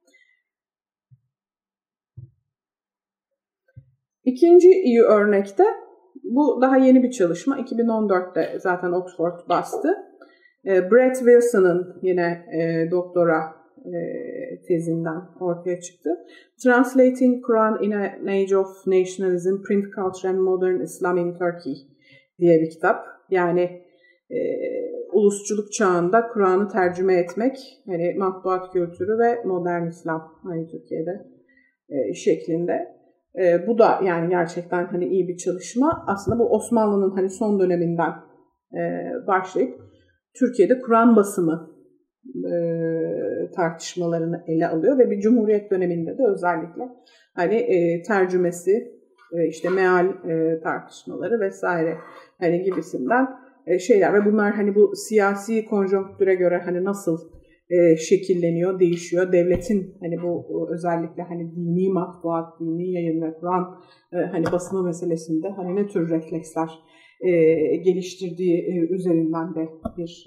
İkinci iyi örnekte bu daha yeni bir çalışma. 2014'te zaten Oxford bastı. Brett Wilson'ın yine doktora tezinden ortaya çıktı. Translating Quran in an Age of Nationalism, Print Culture and Modern Islam in Turkey diye bir kitap. Yani ulusçuluk çağında Kur'an'ı tercüme etmek, hani matbuat kültürü ve modern İslam hani Türkiye'de şeklinde. Bu da yani gerçekten hani iyi bir çalışma. Aslında bu Osmanlı'nın hani son döneminden başlayıp Türkiye'de Kur'an basımı tartışmalarını ele alıyor ve bir Cumhuriyet döneminde de özellikle hani tercümesi, işte meal tartışmaları vesaire hani gibisinden şeyler ve bunlar hani bu siyasi konjonktüre göre hani nasıl şekilleniyor, değişiyor. Devletin hani bu özellikle hani dini matbuat, dini yayın ve Kur'an hani basımı meselesinde hani ne tür refleksler geliştirdiği üzerinden de bir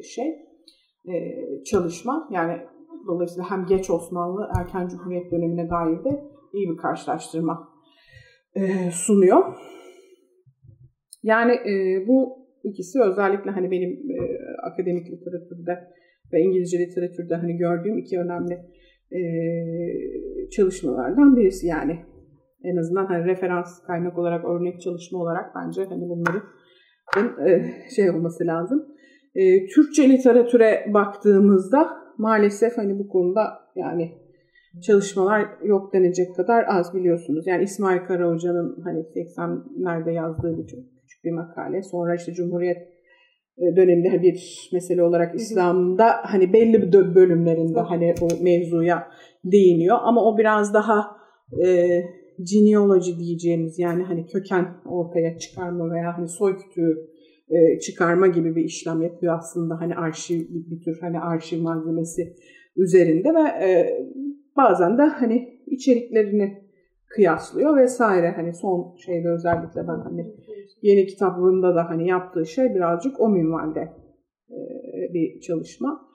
çalışma. Yani dolayısıyla hem geç Osmanlı, erken Cumhuriyet dönemine dair de iyi bir karşılaştırma sunuyor. Yani bu ikisi özellikle hani benim akademik literatürde ve İngilizce literatürde hani gördüğüm iki önemli çalışmalardan birisi. Yani en azından hani referans kaynak olarak, örnek çalışma olarak bence hani bunların olması lazım. Türkçe literatüre baktığımızda maalesef hani bu konuda yani çalışmalar yok denecek kadar az, biliyorsunuz. Yani İsmail Karahoca'nın hani 80'lerde yazdığı bir çok küçük bir makale. Sonra işte Cumhuriyet döneminde bir mesele olarak İslam'da hani belli bölümlerinde hani o mevzuya değiniyor. Ama o biraz daha genealoji diyeceğimiz, yani hani köken ortaya çıkarma veya hani soy kütüğü çıkarma gibi bir işlem yapıyor aslında, hani arşiv, bir tür hani arşiv malzemesi üzerinde ve bazen de hani içeriklerini kıyaslıyor vesaire. Hani son şeyde özellikle ben hani yeni kitaplığında da hani yaptığı şey birazcık o minvalde bir çalışma.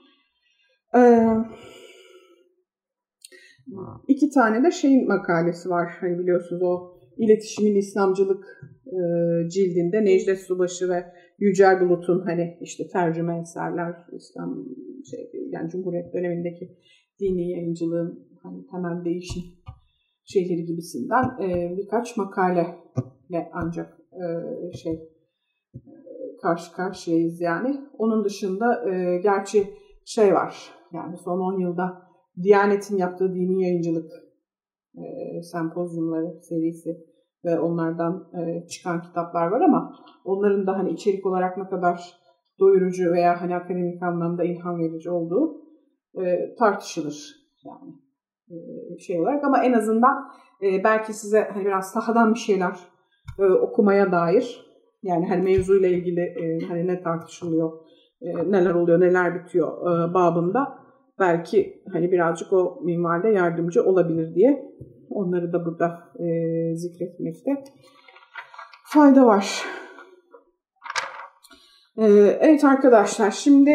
İki tane de şeyin makalesi var. Hani biliyorsunuz o İletişimin İslamcılık cildinde Necdet Subaşı ve Yücel Bulut'un hani işte tercüme eserler, İslam yani Cumhuriyet dönemindeki dini yayıncılığın hani temel değişim şeyleri gibisinden birkaç makaleyle ancak karşı karşıyayız yani. Onun dışında gerçi şey var, yani son 10 yılda Diyanet'in yaptığı dini yayıncılık sempozyumları serisi ve onlardan çıkan kitaplar var ama onların da hani içerik olarak ne kadar doyurucu veya hani akademik anlamda ilham verici olduğu tartışılır yani şey olarak, ama en azından belki size hani biraz sahadan bir şeyler okumaya dair, yani hani mevzuyla ilgili hani ne tartışılıyor, neler oluyor, neler bitiyor babında belki hani birazcık o minvalde yardımcı olabilir diye onları da burada zikretmekte fayda var. Evet arkadaşlar, şimdi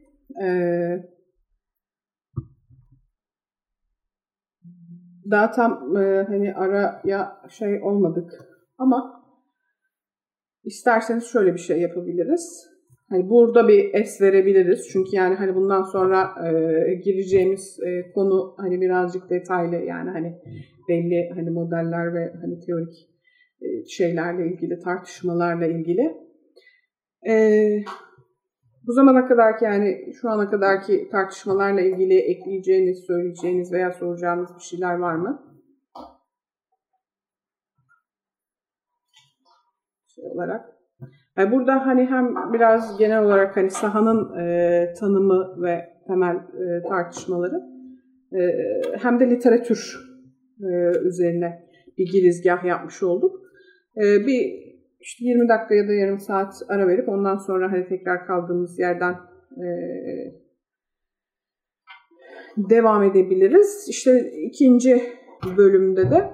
daha tam hani araya şey olmadık ama isterseniz şöyle bir şey yapabiliriz. Hani burada bir es verebiliriz. Çünkü yani hani bundan sonra gireceğimiz konu hani birazcık detaylı, yani hani belli hani modeller ve hani teorik şeylerle ilgili, tartışmalarla ilgili. Bu zamana kadarki, yani şu ana kadarki tartışmalarla ilgili ekleyeceğiniz, söyleyeceğiniz veya soracağınız bir şeyler var mı? Şey olarak. Yani burada hani hem biraz genel olarak hani sahanın tanımı ve temel tartışmaları hem de literatür üzerine bir girizgah yapmış olduk. Bir işte 20 dakika ya da yarım saat ara verip ondan sonra hani tekrar kaldığımız yerden devam edebiliriz. İşte ikinci bölümde de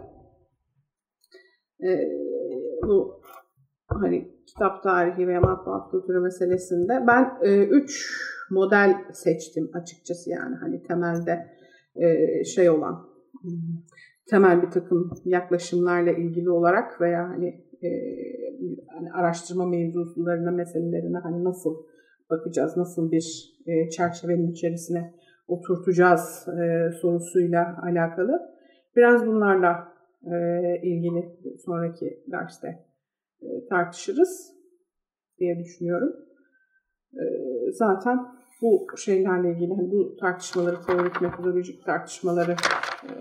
bu hani kitap tarihi veya matbuat kültürü meselesinde ben 3 model seçtim açıkçası, yani hani temelde şey olan, temel bir takım yaklaşımlarla ilgili olarak veya hani araştırma mevzularına, meselelerine hani nasıl bakacağız, nasıl bir çerçevenin içerisine oturtacağız sorusuyla alakalı. Biraz bunlarla ilgili sonraki derste tartışırız diye düşünüyorum. Zaten bu şeylerle ilgili hani bu tartışmaları, teorik metodolojik tartışmaları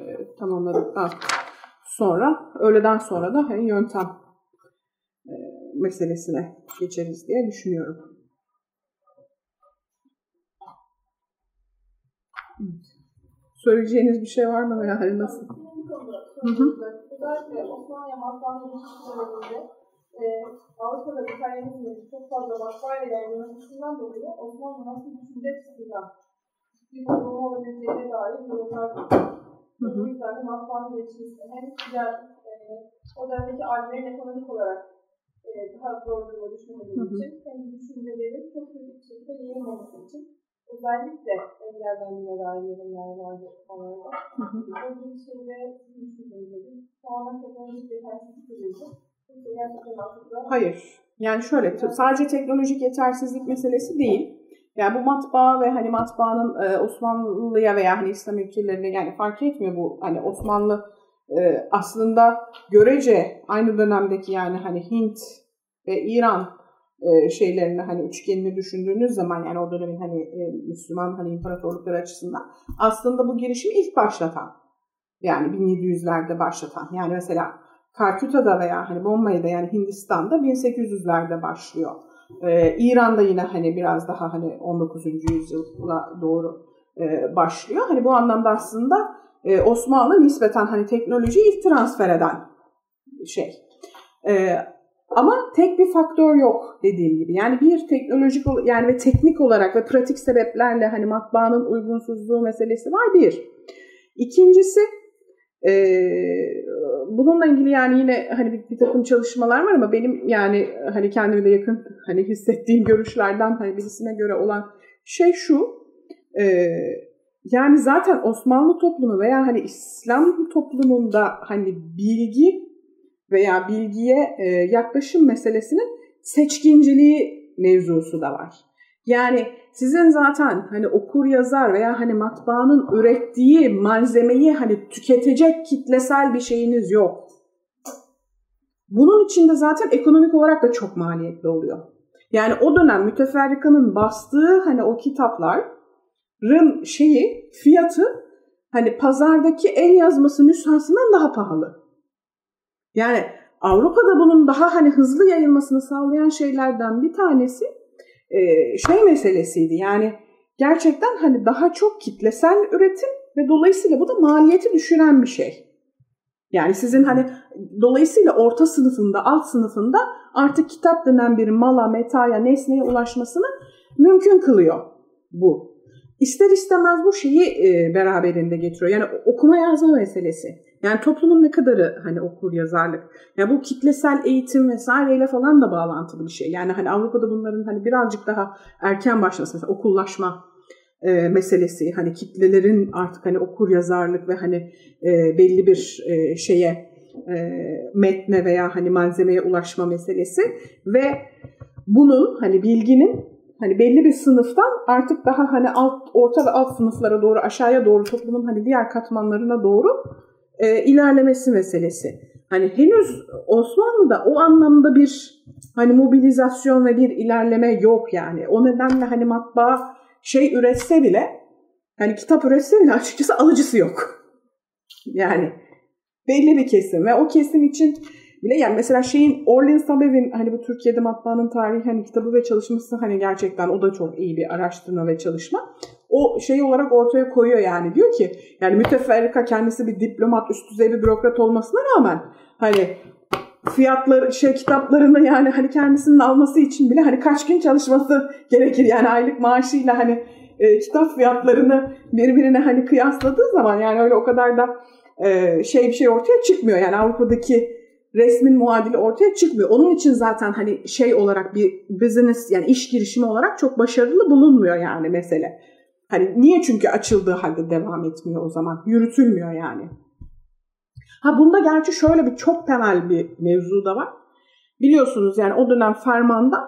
tamamladıktan sonra öğleden sonra da hani yöntem meselesine geçeriz diye düşünüyorum. Söyleyeceğiniz bir şey var mı veya hani nasıl? Özellikle Osmanlı matbaanın döneminde Avrupa'da materyalizmin çok fazla matbaayla yayınlanmasından dolayı Osmanlı nasıl düşünce açısından bir bozulma olabileceğine dair yorumlar var. Bu yüzden de matbaanın gelişmesi hem o dönemdeki alimlerin ekonomik olarak daha zor duruma düşmemesi için hem de düşüncelerin çok kötü bir şekilde yayılmaması için özellikle engellendiğine dair yorumlar vardı. O bir şeyde düşünceleri tamamen teknolojik yetersizlik edildi. Hayır. Yani şöyle, sadece teknolojik yetersizlik meselesi değil. Yani bu matbaa ve hani matbaanın Osmanlı'ya veya hani İslam ülkelerine yani fark etmiyor bu. Hani Osmanlı aslında görece aynı dönemdeki yani hani Hint ve İran şeylerini hani üçgenini düşündüğünüz zaman yani o dönemin hani Müslüman hani imparatorlukları açısından aslında bu girişimi ilk başlatan yani 1700'lerde başlatan yani mesela Kalküta'da veya hani Bombay'da yani Hindistan'da 1800'lerde başlıyor. İran'da yine hani biraz daha hani 19. yüzyıla doğru başlıyor. Hani bu anlamda aslında Osmanlı nispeten hani teknolojiyi ilk transfer eden şey. Ama tek bir faktör yok dediğim gibi. Yani bir teknolojik yani ve teknik olarak ve pratik sebeplerle hani matbaanın uygunsuzluğu meselesi var bir. İkincisi bununla ilgili yani yine hani bir takım çalışmalar var ama benim yani hani kendime de yakın hani hissettiğim görüşlerden hani birisine göre olan şey şu. Yani zaten Osmanlı toplumu veya hani İslam toplumunda hani bilgi veya bilgiye yaklaşım meselesinin seçkinciliği mevzusu da var. Yani sizin zaten hani okur yazar veya hani matbaanın ürettiği malzemeyi hani tüketecek kitlesel bir şeyiniz yok. Bunun için de zaten ekonomik olarak da çok maliyetli oluyor. Yani o dönem müteferrikanın bastığı hani o kitapların fiyatı hani pazardaki el yazması nüshasından daha pahalı. Yani Avrupa'da bunun daha hani hızlı yayılmasını sağlayan şeylerden bir tanesi meselesiydi. Yani gerçekten hani daha çok kitlesel üretim ve dolayısıyla bu da maliyeti düşüren bir şey. Yani sizin hani dolayısıyla orta sınıfında, alt sınıfında artık kitap denen bir mala, metaya, nesneye ulaşmasını mümkün kılıyor bu. İster istemez bu şeyi beraberinde getiriyor. Yani okuma yazma meselesi. Yani toplumun ne kadarı hani okur yazarlık. Yani bu kitlesel eğitim vesaireyle falan da bağlantılı bir şey. Yani hani Avrupa'da bunların hani birazcık daha erken başlaması mesela okullaşma meselesi. Hani kitlelerin artık hani okur yazarlık ve hani belli bir metne veya hani malzemeye ulaşma meselesi ve bunun hani bilginin hani belli bir sınıftan artık daha hani orta ve alt sınıflara doğru aşağıya doğru toplumun hani diğer katmanlarına doğru ilerlemesi meselesi. Hani henüz Osmanlı'da o anlamda bir hani mobilizasyon ve bir ilerleme yok yani. O nedenle hani matbaa üretse bile hani kitap üretse bile açıkçası alıcısı yok. Yani belli bir kesim ve o kesim için bile yani mesela Orlin Sabev'in hani bu Türkiye'de matbaanın tarihi hani kitabı ve çalışması hani gerçekten o da çok iyi bir araştırma ve çalışma. O olarak ortaya koyuyor yani diyor ki yani müteferrika kendisi bir diplomat üst düzey bir bürokrat olmasına rağmen hani fiyatları kitaplarını yani hani kendisinin alması için bile hani kaç gün çalışması gerekir yani aylık maaşıyla hani kitap fiyatlarını birbirine hani kıyasladığı zaman yani öyle o kadar da bir şey ortaya çıkmıyor yani Avrupa'daki resmin muadili ortaya çıkmıyor. Onun için zaten hani olarak bir business yani iş girişimi olarak çok başarılı bulunmuyor yani mesele. Hani niye? Çünkü açıldığı halde devam etmiyor o zaman. Yürütülmüyor yani. Bunda gerçi şöyle bir çok temel bir mevzu da var. Biliyorsunuz yani o dönem fermanda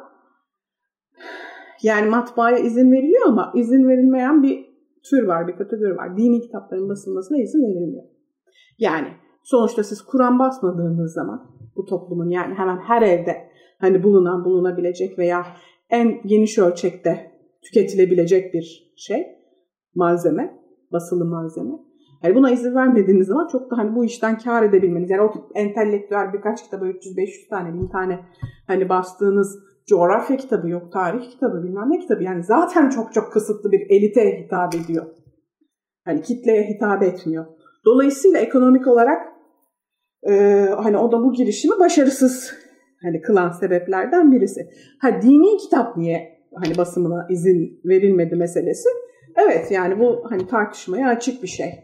yani matbaaya izin veriliyor ama izin verilmeyen bir tür var, bir kategori var. Dini kitapların basılmasına izin verilmiyor. Yani sonuçta siz Kur'an basmadığınız zaman bu toplumun yani hemen her evde hani bulunabilecek veya en geniş ölçekte tüketilebilecek bir malzeme, basılı malzeme. Yani buna izin vermediğiniz zaman çok da hani bu işten kar edebilmeniz. Yani o tip entelektüel birkaç kitabı 300-500 tane 1000 tane hani bastığınız coğrafya kitabı yok, tarih kitabı bilmem ne kitabı. Yani zaten çok çok kısıtlı bir elite hitap ediyor. Hani kitleye hitap etmiyor. Dolayısıyla ekonomik olarak hani o da bu girişimi başarısız hani kılan sebeplerden birisi. Dini kitap niye hani basımına izin verilmedi meselesi? Evet yani bu hani tartışmaya açık bir şey.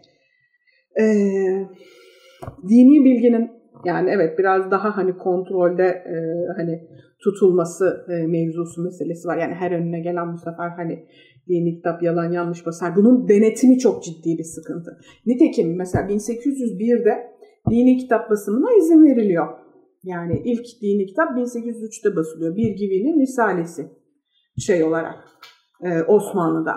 Dini bilginin yani evet biraz daha hani kontrolde hani tutulması mevzusu meselesi var. Yani her önüne gelen bu sefer hani dini kitap yalan yanlış basar. Bunun denetimi çok ciddi bir sıkıntı. Nitekim mesela 1801'de dini kitap basımına izin veriliyor. Yani ilk dini kitap 1803'te basılıyor. Bir Givi'nin Risalesi olarak Osmanlı'da.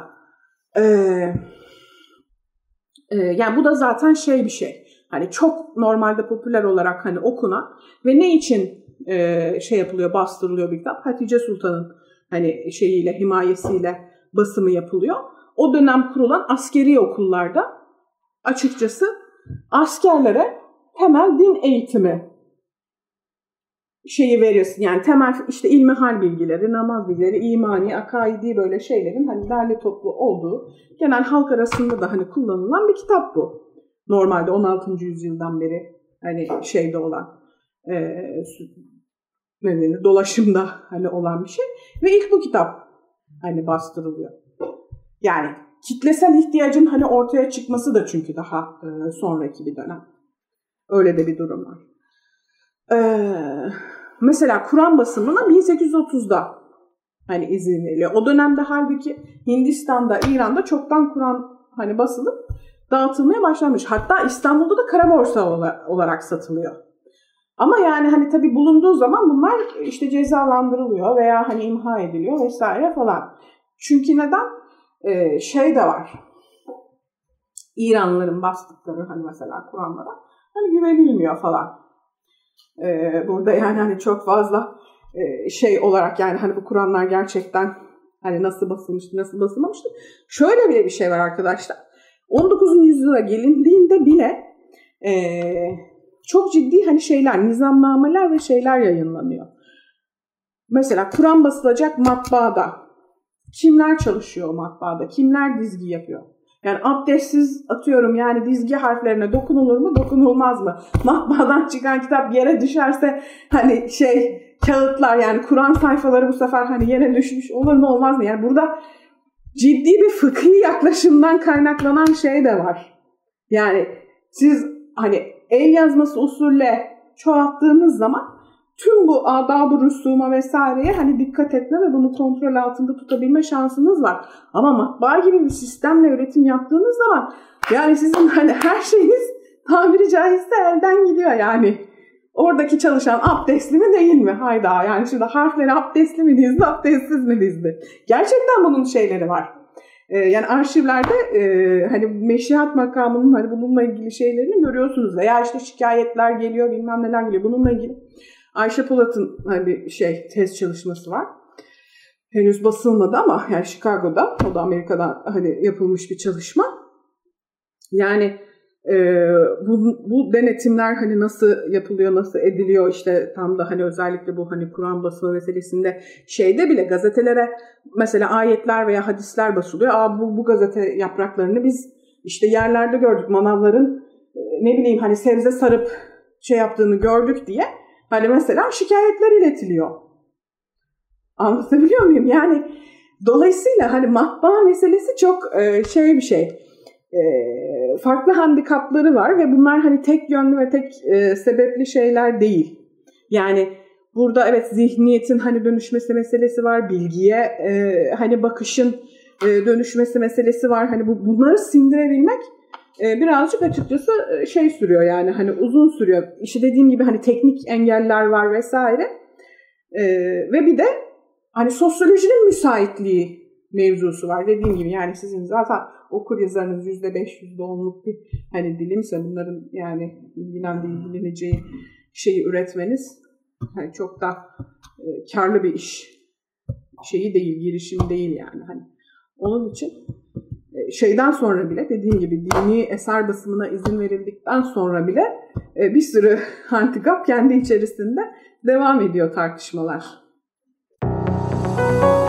Yani bu da zaten bir şey. Hani çok normalde popüler olarak hani okunan ve ne için yapılıyor, bastırılıyor bir kitap? Hatice Sultan'ın hani himayesiyle basımı yapılıyor. O dönem kurulan askeri okullarda açıkçası askerlere temel din eğitimi veriyorsun. Yani temel ilmihal bilgileri, namaz bilgileri, imani, akaidi böyle şeylerin hani derli toplu olduğu genel halk arasında da hani kullanılan bir kitap bu. Normalde 16. yüzyıldan beri hani olan dolaşımda hani olan bir şey ve ilk bu kitap hani bastırılıyor. Yani kitlesel ihtiyacın hani ortaya çıkması da çünkü daha sonraki bir dönem. Öyle de bir durum var. Mesela Kur'an basımına 1830'da hani izin veriliyor. O dönemde halbuki Hindistan'da, İran'da çoktan Kur'an hani basılıp dağıtılmaya başlanmış. Hatta İstanbul'da da kara borsa olarak satılıyor. Ama yani hani tabii bulunduğu zaman bunlar cezalandırılıyor veya hani imha ediliyor vesaire falan. Çünkü neden? De var. İranlıların bastıkları hani mesela Kur'anlara hani güvenilmiyor falan. Burada yani hani çok fazla olarak yani hani bu Kur'anlar gerçekten hani nasıl basılmıştı, nasıl basılmamıştı. Şöyle bile bir şey var arkadaşlar. 19. yüzyıla gelindiğinde bile çok ciddi hani nizamnameler ve şeyler yayınlanıyor. Mesela Kur'an basılacak matbaada kimler çalışıyor o matbaada? Kimler dizgi yapıyor? Yani abdestsiz atıyorum yani dizgi harflerine dokunulur mu, dokunulmaz mı? Matbaadan çıkan kitap yere düşerse hani kağıtlar yani Kur'an sayfaları bu sefer hani yere düşmüş olur mu olmaz mı? Yani burada ciddi bir fıkhi yaklaşımdan kaynaklanan de var. Yani siz hani el yazması usulle çoğalttığınız zaman tüm bu adab-ı rüsuma vesaireye hani dikkat etme ve bunu kontrol altında tutabilme şansınız var. Ama matbaa gibi bir sistemle üretim yaptığınız zaman yani sizin hani her şeyiniz tabiri caizse elden gidiyor yani. Oradaki çalışan abdestli mi değil mi? Hayda yani şimdi harfleri abdestli mi dizdi, abdestsiz mi dizdi? Gerçekten bunun şeyleri var. Yani arşivlerde hani meşihat makamının hani bununla ilgili şeylerini görüyorsunuz. Veya şikayetler geliyor, bilmem neler geliyor. Bununla ilgili Ayşe Polat'ın hani bir tez çalışması var. Henüz basılmadı ama yani Chicago'da, o da Amerika'da hani yapılmış bir çalışma. Yani bu denetimler hani nasıl yapılıyor, nasıl ediliyor tam da hani özellikle bu hani Kur'an basımı meselesinde bile gazetelere mesela ayetler veya hadisler basılıyor. Bu gazete yapraklarını biz yerlerde gördük, manavların hani sebze sarıp yaptığını gördük diye hani mesela şikayetler iletiliyor. Anlatabiliyor muyum? Yani dolayısıyla hani matbaa meselesi çok bir şey. Farklı handikapları var ve bunlar hani tek yönlü ve tek sebepli şeyler değil. Yani burada evet zihniyetin hani dönüşmesi meselesi var, bilgiye hani bakışın dönüşmesi meselesi var. Hani bunları sindirebilmek birazcık açıkçası sürüyor yani hani uzun sürüyor. Dediğim gibi hani teknik engeller var vesaire. Ve bir de hani sosyolojinin müsaitliği mevzusu var. Dediğim gibi yani sizin zaten okur yazarınız %5-%10'luk bir hani dilimse bunların yani ilgileneceği üretmeniz hani çok da karlı bir iş değil, girişim değil yani hani. Onun için şeyden sonra bile, dediğim gibi dini eser basımına izin verildikten sonra bile bir sürü handikap kendi içerisinde devam ediyor tartışmalar.